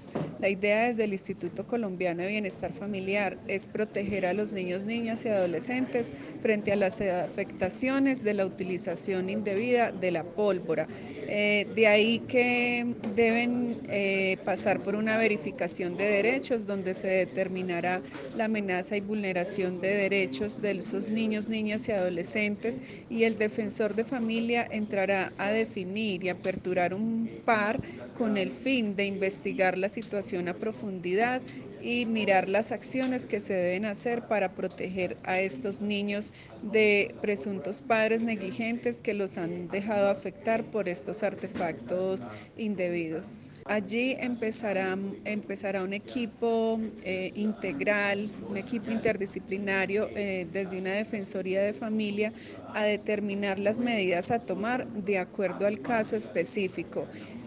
La idea desde el Instituto Colombiano de Bienestar Familiar es proteger a los niños, niñas y adolescentes frente a las afectaciones de la utilización indebida de la pólvora. De ahí que deben pasar por una verificación de derechos donde se determinará la amenaza y vulneración de derechos de esos niños, niñas y adolescentes, y el defensor de familia entrará a definir y aperturar un PAR con el fin de investigar la situación a profundidad y mirar las acciones que se deben hacer para proteger a estos niños de presuntos padres negligentes que los han dejado afectar por estos artefactos indebidos. Allí empezará un equipo integral, un equipo interdisciplinario desde una defensoría de familia a determinar las medidas a tomar de acuerdo al caso específico,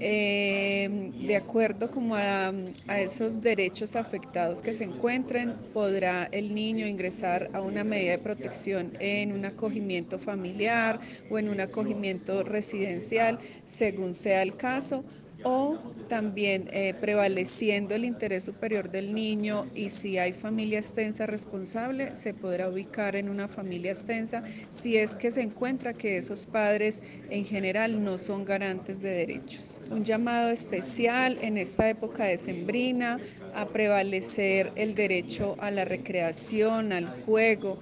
de acuerdo como a esos derechos afectados que se encuentren. Podrá el niño ingresar a una medida de protección en un acogimiento familiar o en un acogimiento residencial, según sea el caso, o también prevaleciendo el interés superior del niño, y si hay familia extensa responsable, se podrá ubicar en una familia extensa si es que se encuentra que esos padres en general no son garantes de derechos. Un llamado especial en esta época decembrina a prevalecer el derecho a la recreación, al juego.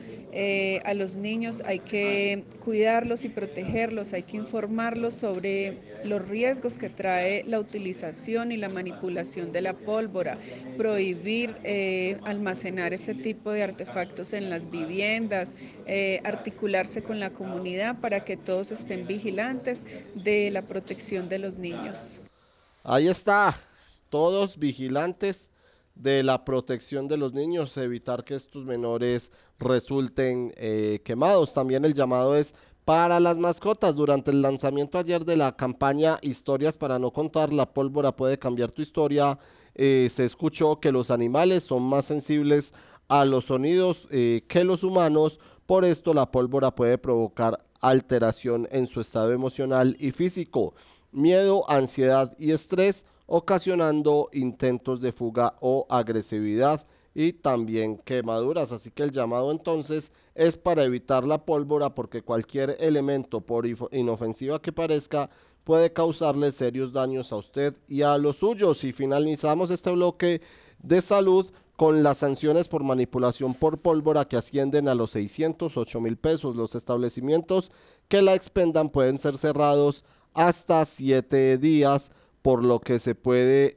A los niños hay que cuidarlos y protegerlos, hay que informarlos sobre los riesgos que trae la utilización y la manipulación de la pólvora, prohibir almacenar este tipo de artefactos en las viviendas, articularse con la comunidad para que todos estén vigilantes de la protección de los niños. Ahí está, todos vigilantes de la protección de los niños, evitar que estos menores resulten quemados. También el llamado es para las mascotas. Durante el lanzamiento ayer de la campaña Historias para no contar, la pólvora puede cambiar tu historia, se escuchó que los animales son más sensibles a los sonidos que los humanos. Por esto la pólvora puede provocar alteración en su estado emocional y físico, miedo, ansiedad y estrés, ocasionando intentos de fuga o agresividad y también quemaduras. Así que el llamado entonces es para evitar la pólvora, porque cualquier elemento, por inofensiva que parezca, puede causarle serios daños a usted y a los suyos. Y finalizamos este bloque de salud con las sanciones por manipulación por pólvora, que ascienden a los 608.000 pesos. Los establecimientos que la expendan pueden ser cerrados hasta 7 días, por lo que se puede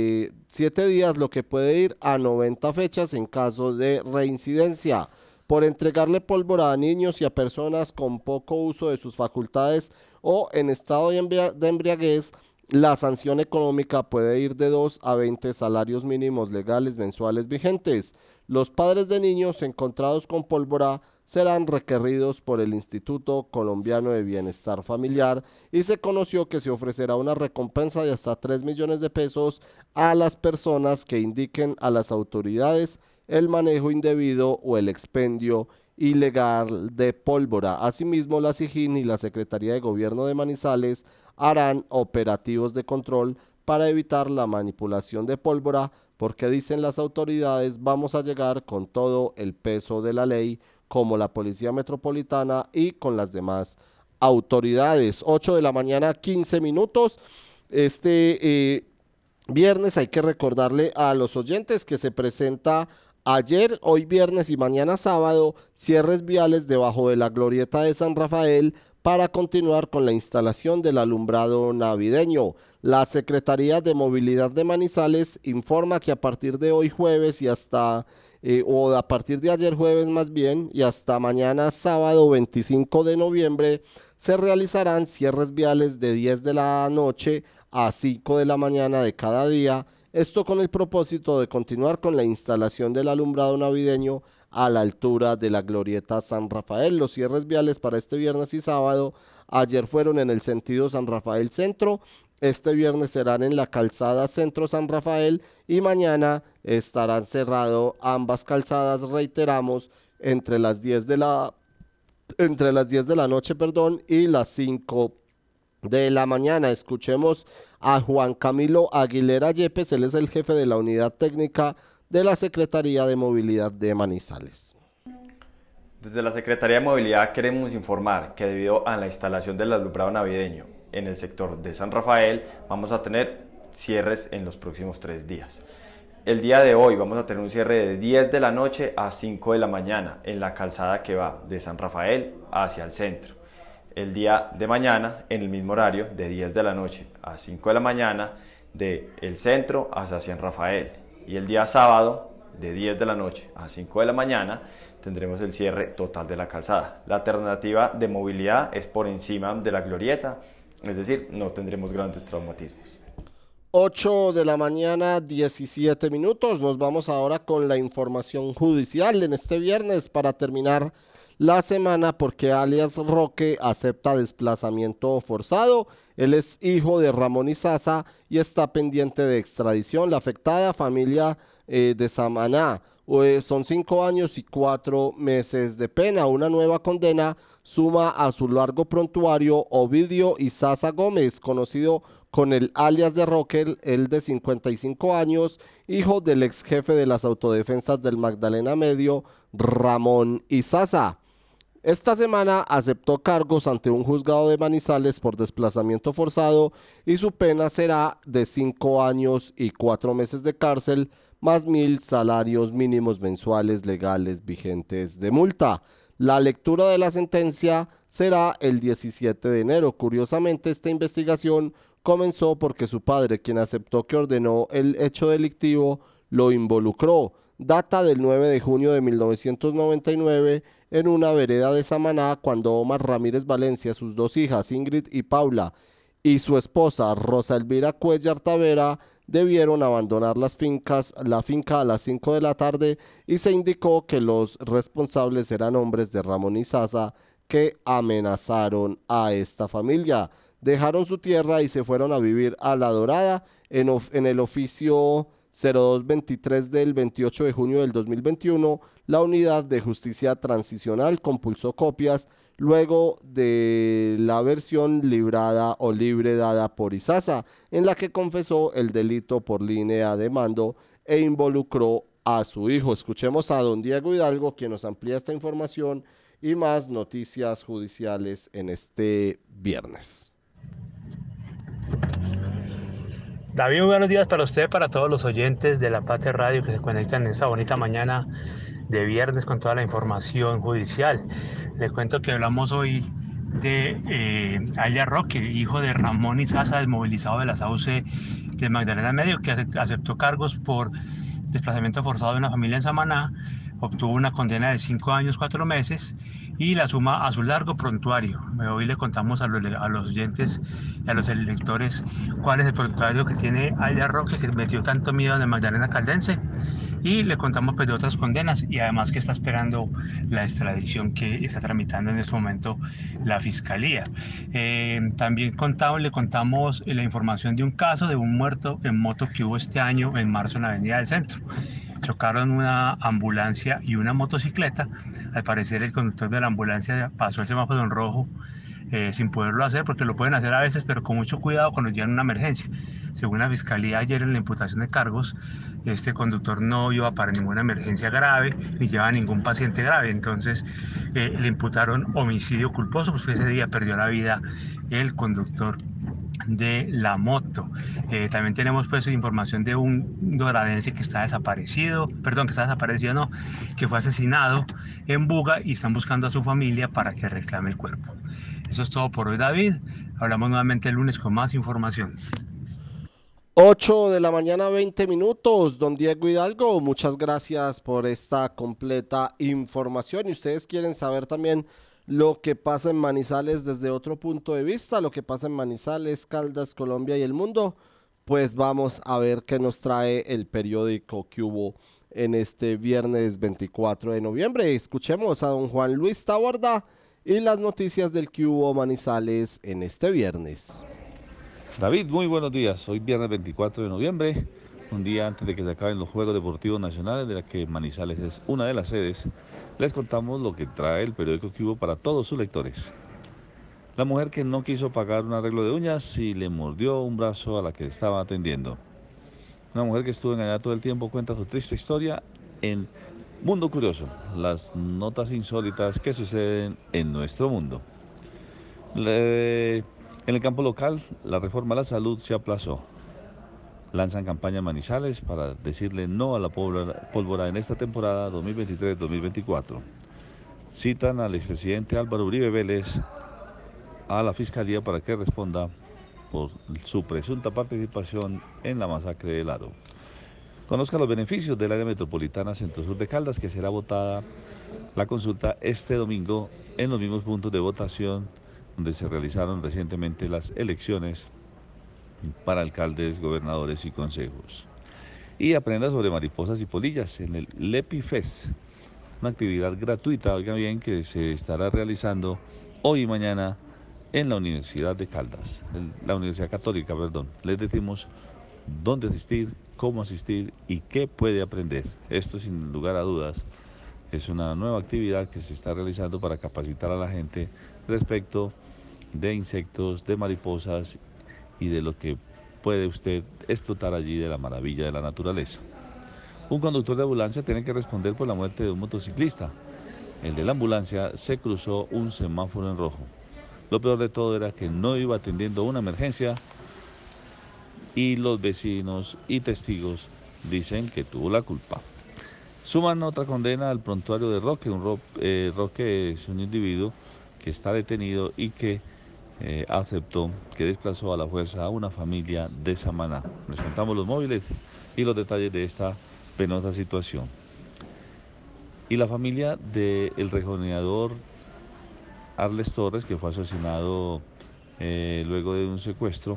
7 días, lo que puede ir a 90 fechas en caso de reincidencia. Por entregarle pólvora a niños y a personas con poco uso de sus facultades o en estado de embriaguez, la sanción económica puede ir de 2 a 20 salarios mínimos legales mensuales vigentes. Los padres de niños encontrados con pólvora serán requeridos por el Instituto Colombiano de Bienestar Familiar, y se conoció que se ofrecerá una recompensa de hasta 3 millones de pesos a las personas que indiquen a las autoridades el manejo indebido o el expendio ilegal de pólvora. Asimismo, la SIJIN y la Secretaría de Gobierno de Manizales harán operativos de control para evitar la manipulación de pólvora, porque dicen las autoridades, vamos a llegar con todo el peso de la ley, como la Policía Metropolitana y con las demás autoridades. 8 de la mañana, 15 minutos. Viernes hay que recordarle a los oyentes que se presenta ayer, hoy viernes y mañana sábado, cierres viales debajo de la glorieta de San Rafael para continuar con la instalación del alumbrado navideño. La Secretaría de Movilidad de Manizales informa que a partir de hoy jueves y hasta o a partir de ayer jueves más bien, y hasta mañana sábado 25 de noviembre, se realizarán cierres viales de 10 de la noche a 5 de la mañana de cada día, esto con el propósito de continuar con la instalación del alumbrado navideño a la altura de la glorieta San Rafael. Los cierres viales para este viernes y sábado, ayer fueron en el sentido San Rafael Centro, este viernes serán en la calzada Centro San Rafael y mañana estarán cerradas ambas calzadas, reiteramos, entre las 10 de la noche, y las 5 de la mañana. Escuchemos a Juan Camilo Aguilera Yepes, él es el jefe de la unidad técnica de la Secretaría de Movilidad de Manizales. Desde la Secretaría de Movilidad queremos informar que debido a la instalación del alumbrado navideño en el sector de San Rafael, vamos a tener cierres en los próximos 3 días. El día de hoy vamos a tener un cierre de 10 de la noche a 5 de la mañana en la calzada que va de San Rafael hacia el centro. El día de mañana, en el mismo horario, de 10 de la noche a 5 de la mañana, del centro hacia San Rafael. Y el día sábado, de 10 de la noche a 5 de la mañana, tendremos el cierre total de la calzada. La alternativa de movilidad es por encima de la glorieta, es decir, no tendremos grandes traumatismos. 8 de la mañana, 17 minutos. Nos vamos ahora con la información judicial en este viernes para terminar la semana, porque alias Roque acepta desplazamiento forzado. Él es hijo de Ramón Izaza y está pendiente de extradición. La afectada familia de Samaná son 5 años y 4 meses de pena. Una nueva condena suma a su largo prontuario Ovidio Izaza Gómez, conocido con el alias de Roque, el de 55 años, hijo del ex jefe de las autodefensas del Magdalena Medio, Ramón Izaza. Esta semana aceptó cargos ante un juzgado de Manizales por desplazamiento forzado y su pena será de 5 años y 4 meses de cárcel más 1.000 salarios mínimos mensuales legales vigentes de multa. La lectura de la sentencia será el 17 de enero. Curiosamente, esta investigación comenzó porque su padre, quien aceptó que ordenó el hecho delictivo, lo involucró. Data del 9 de junio de 1999 en una vereda de Samaná, cuando Omar Ramírez Valencia, sus 2 hijas, Ingrid y Paula, y su esposa, Rosa Elvira Cuellar Tavera, debieron abandonar la finca a las 5 de la tarde, y se indicó que los responsables eran hombres de Ramón Izaza que amenazaron a esta familia. Dejaron su tierra y se fueron a vivir a La Dorada. En el oficio 0223 del 28 de junio del 2021, la Unidad de Justicia Transicional compulsó copias luego de la versión librada o libre dada por Izaza, en la que confesó el delito por línea de mando e involucró a su hijo. Escuchemos a don Diego Hidalgo, quien nos amplía esta información y más noticias judiciales en este viernes. David, muy buenos días para usted, para todos los oyentes de La Patria Radio que se conectan en esta bonita mañana de viernes con toda la información judicial. Les cuento que hablamos hoy de alias Roque, hijo de Ramón Izaza, desmovilizado de la SAUCE de Magdalena Medio, que aceptó cargos por desplazamiento forzado de una familia en Samaná. Obtuvo una condena de 5 años, 4 meses y la suma a su largo prontuario. Hoy le contamos a los oyentes y a los electores cuál es el prontuario que tiene alias Roque, que metió tanto miedo en el Magdalena Caldense, y le contamos pues de otras condenas, y además que está esperando la extradición que está tramitando en este momento la Fiscalía. También le contamos la información de un caso de un muerto en moto que hubo este año en marzo en la Avenida del Centro. Chocaron una ambulancia y una motocicleta. Al parecer el conductor de la ambulancia pasó el semáforo en rojo sin poderlo hacer, porque lo pueden hacer a veces, pero con mucho cuidado cuando llegan una emergencia. Según la Fiscalía, ayer en la imputación de cargos, este conductor no iba para ninguna emergencia grave ni llevaba ningún paciente grave. Entonces le imputaron homicidio culposo, pues ese día perdió la vida el conductor de la moto. También tenemos pues información de un doradense que está desaparecido, que fue asesinado en Buga, y están buscando a su familia para que reclame el cuerpo. Eso es todo por hoy, David. Hablamos nuevamente el lunes con más información. 8 de la mañana, 20 minutos. Don Diego Hidalgo, muchas gracias por esta completa información. Y ustedes quieren saber también lo que pasa en Manizales desde otro punto de vista, lo que pasa en Manizales, Caldas, Colombia y el mundo, pues vamos a ver qué nos trae el periódico que hubo en este viernes 24 de noviembre. Escuchemos a don Juan Luis Taborda y las noticias del que hubo Manizales en este viernes. David, muy buenos días. Hoy viernes 24 de noviembre, un día antes de que se acaben los Juegos Deportivos Nacionales, de la que Manizales es una de las sedes. Les contamos lo que trae el periódico que hubo para todos sus lectores. La mujer que no quiso pagar un arreglo de uñas y le mordió un brazo a la que estaba atendiendo. Una mujer que estuvo engañada todo el tiempo cuenta su triste historia en Mundo Curioso, las notas insólitas que suceden en nuestro mundo. En el campo local, la reforma a la salud se aplazó. Lanzan campaña en Manizales para decirle no a la pólvora en esta temporada 2023-2024. Citan al expresidente Álvaro Uribe Vélez a la Fiscalía para que responda por su presunta participación en la masacre del Aro. Conozca los beneficios del área metropolitana Centro-Sur de Caldas, que será votada la consulta este domingo en los mismos puntos de votación donde se realizaron recientemente las elecciones para alcaldes, gobernadores y consejos. Y aprenda sobre mariposas y polillas en el Lepi Fest, una actividad gratuita, oigan bien, que se estará realizando hoy y mañana en la Universidad de Caldas, la Universidad Católica, perdón. Les decimos dónde asistir, cómo asistir y qué puede aprender. Esto, sin lugar a dudas, es una nueva actividad que se está realizando para capacitar a la gente respecto de insectos, de mariposas y de lo que puede usted explotar allí de la maravilla de la naturaleza. Un conductor de ambulancia tiene que responder por la muerte de un motociclista. El de la ambulancia se cruzó un semáforo en rojo. Lo peor de todo era que no iba atendiendo una emergencia y los vecinos y testigos dicen que tuvo la culpa. Suman otra condena al prontuario de Roque. Roque es un individuo que está detenido y que aceptó que desplazó a la fuerza a una familia de Samaná. Les contamos los móviles y los detalles de esta penosa situación. Y la familia del rejoneador Arles Torres, que fue asesinado luego de un secuestro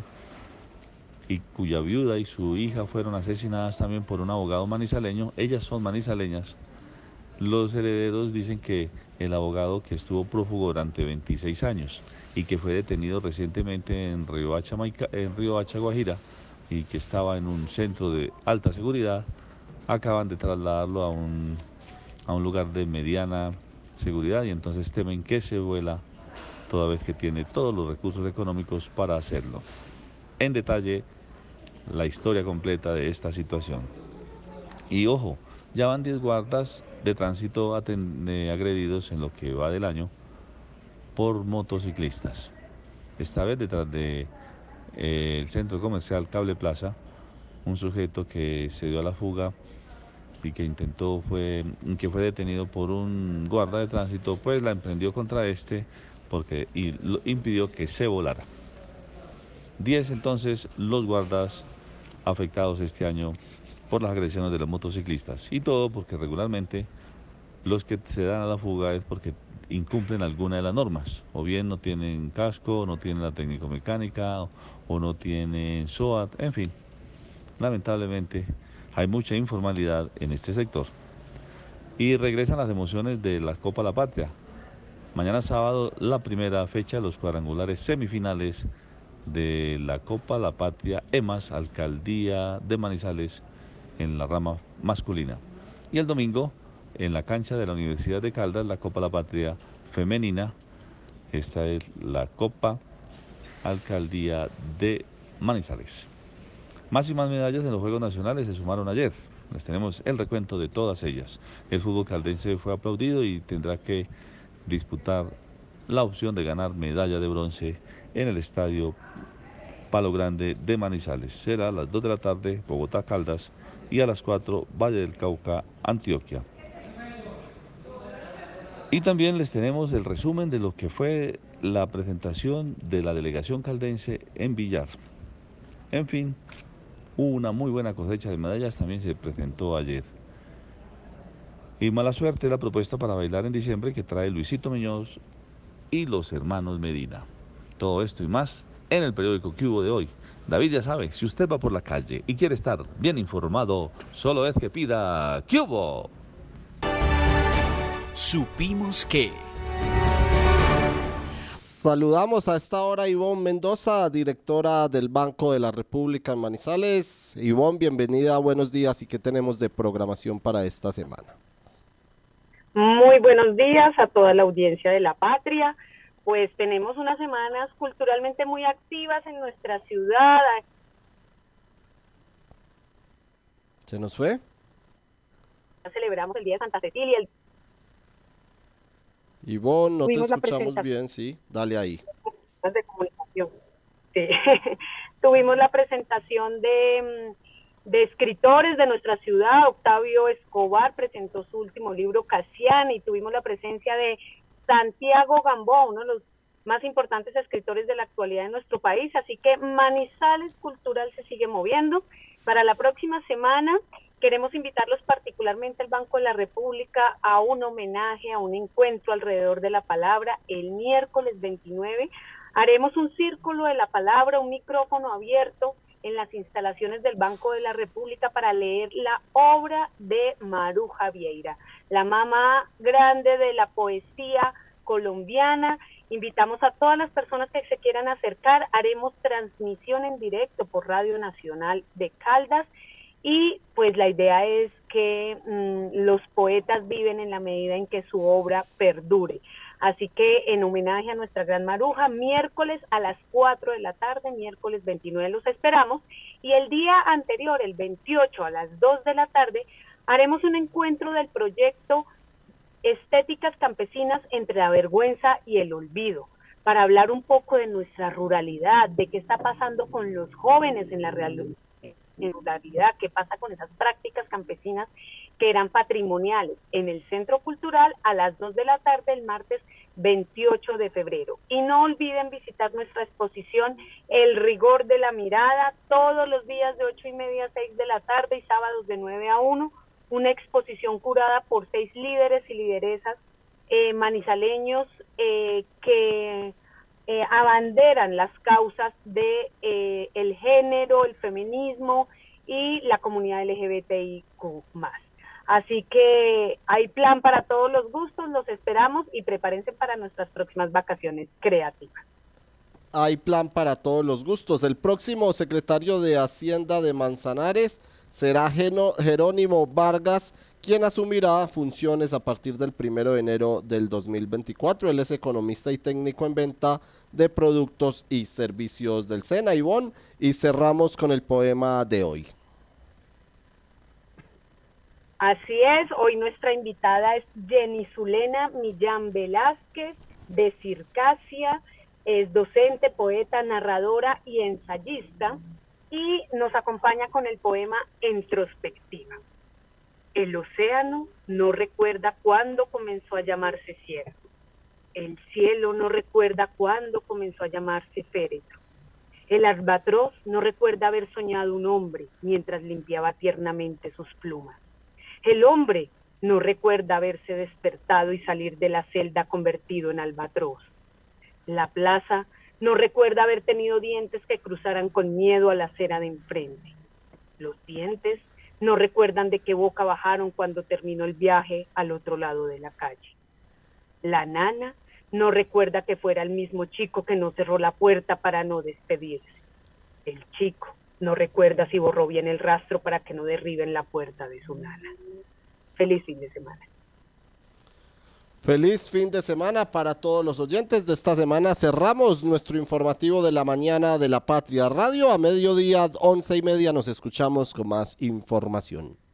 y cuya viuda y su hija fueron asesinadas también por un abogado manizaleño. Ellas son manizaleñas. Los herederos dicen que el abogado, que estuvo prófugo durante 26 años y que fue detenido recientemente en Riohacha, Guajira, y que estaba en un centro de alta seguridad, acaban de trasladarlo a un lugar de mediana seguridad, y entonces temen que se vuela, toda vez que tiene todos los recursos económicos para hacerlo. En detalle, la historia completa de esta situación. Y ojo, ya van 10 guardas de tránsito agredidos en lo que va del año por motociclistas. Esta vez detrás de el centro comercial Cable Plaza, un sujeto que se dio a la fuga y que que fue detenido por un guarda de tránsito, pues la emprendió contra y lo impidió que se volara. 10 entonces los guardas afectados este año por las agresiones de los motociclistas, y todo porque regularmente los que se dan a la fuga es porque incumplen alguna de las normas, o bien no tienen casco, no tienen la técnico-mecánica, o no tienen SOAT, en fin. Lamentablemente hay mucha informalidad en este sector. Y regresan las emociones de la Copa La Patria. Mañana sábado, la primera fecha, los cuadrangulares semifinales de la Copa La Patria EMAS, Alcaldía de Manizales, en la rama masculina. Y el domingo, en la cancha de la Universidad de Caldas, la Copa La Patria femenina. Esta es la Copa Alcaldía de Manizales. Más y más medallas en los Juegos Nacionales se sumaron ayer. Les tenemos el recuento de todas ellas. El fútbol caldense fue aplaudido y tendrá que disputar la opción de ganar medalla de bronce en el estadio Palo Grande de Manizales. Será a las 2 de la tarde, Bogotá Caldas, y a las 4, Valle del Cauca, Antioquia. Y también les tenemos el resumen de lo que fue la presentación de la delegación caldense en Villar. En fin, una muy buena cosecha de medallas también se presentó ayer. Y mala suerte la propuesta para bailar en diciembre que trae Luisito Muñoz y los hermanos Medina. Todo esto y más en el periódico Que Hubo de hoy. David ya sabe, si usted va por la calle y quiere estar bien informado, solo es que pida Que Hubo. Supimos que... Saludamos a esta hora a Ivonne Mendoza, directora del Banco de la República en Manizales. Ivonne, bienvenida, buenos días. ¿Y qué tenemos de programación para esta semana? Muy buenos días a toda la audiencia de La Patria. pues tenemos unas semanas culturalmente muy activas en nuestra ciudad. ¿Se nos fue? Celebramos el Día de Santa Cecilia. Ivonne, no te Tuvimos la escuchamos presentación. bien, sí, dale ahí. De comunicación. Sí. Tuvimos la presentación de escritores de nuestra ciudad. Octavio Escobar presentó su último libro, Casiana, y tuvimos la presencia de Santiago Gamboa, uno de los más importantes escritores de la actualidad de nuestro país. Así que Manizales Cultural se sigue moviendo. Para la próxima semana queremos invitarlos particularmente al Banco de la República a un homenaje, a un encuentro alrededor de la palabra. El miércoles 29 haremos un círculo de la palabra, un micrófono abierto en las instalaciones del Banco de la República para leer la obra de Maruja Vieira, la mamá grande de la poesía colombiana. Invitamos a todas las personas que se quieran acercar. Haremos transmisión en directo por Radio Nacional de Caldas y pues la idea es que los poetas viven en la medida en que su obra perdure. Así que en homenaje a nuestra gran Maruja, miércoles a las 4 de la tarde, miércoles 29 los esperamos, y el día anterior, el 28 a las 2 de la tarde, haremos un encuentro del proyecto Estéticas Campesinas entre la vergüenza y el olvido, para hablar un poco de nuestra ruralidad, de qué está pasando con los jóvenes en la ruralidad, qué pasa con esas prácticas campesinas que eran patrimoniales, en el Centro Cultural a las 2 de la tarde el martes 28 de febrero. Y no olviden visitar nuestra exposición El Rigor de la Mirada, todos los días de 8:30 a 6 de la tarde y sábados de 9 a 1, una exposición curada por 6 líderes y lideresas manizaleños que abanderan las causas de el género, el feminismo y la comunidad LGBTIQ+. Así que hay plan para todos los gustos, los esperamos y prepárense para nuestras próximas vacaciones creativas. Hay plan para todos los gustos. El próximo secretario de Hacienda de Manzanares será Jerónimo Vargas, quien asumirá funciones a partir del 1 de enero del 2024. Él es economista y técnico en venta de productos y servicios del SENA. Ivonne, y cerramos con el poema de hoy. Así es, hoy nuestra invitada es Jenny Zulena Millán Velázquez, de Circasia, es docente, poeta, narradora y ensayista, y nos acompaña con el poema Introspectiva. El océano no recuerda cuándo comenzó a llamarse cielo. El cielo no recuerda cuándo comenzó a llamarse féretro. El albatros no recuerda haber soñado un hombre mientras limpiaba tiernamente sus plumas. El hombre no recuerda haberse despertado y salir de la celda convertido en albatros. La plaza no recuerda haber tenido dientes que cruzaran con miedo a la acera de enfrente. Los dientes no recuerdan de qué boca bajaron cuando terminó el viaje al otro lado de la calle. La nana no recuerda que fuera el mismo chico que no cerró la puerta para no despedirse. El chico no recuerda si borró bien el rastro para que no derriben la puerta de su nana. Feliz fin de semana. Feliz fin de semana para todos los oyentes de esta semana. Cerramos nuestro informativo de la mañana de La Patria Radio. A mediodía, 11:30, nos escuchamos con más información.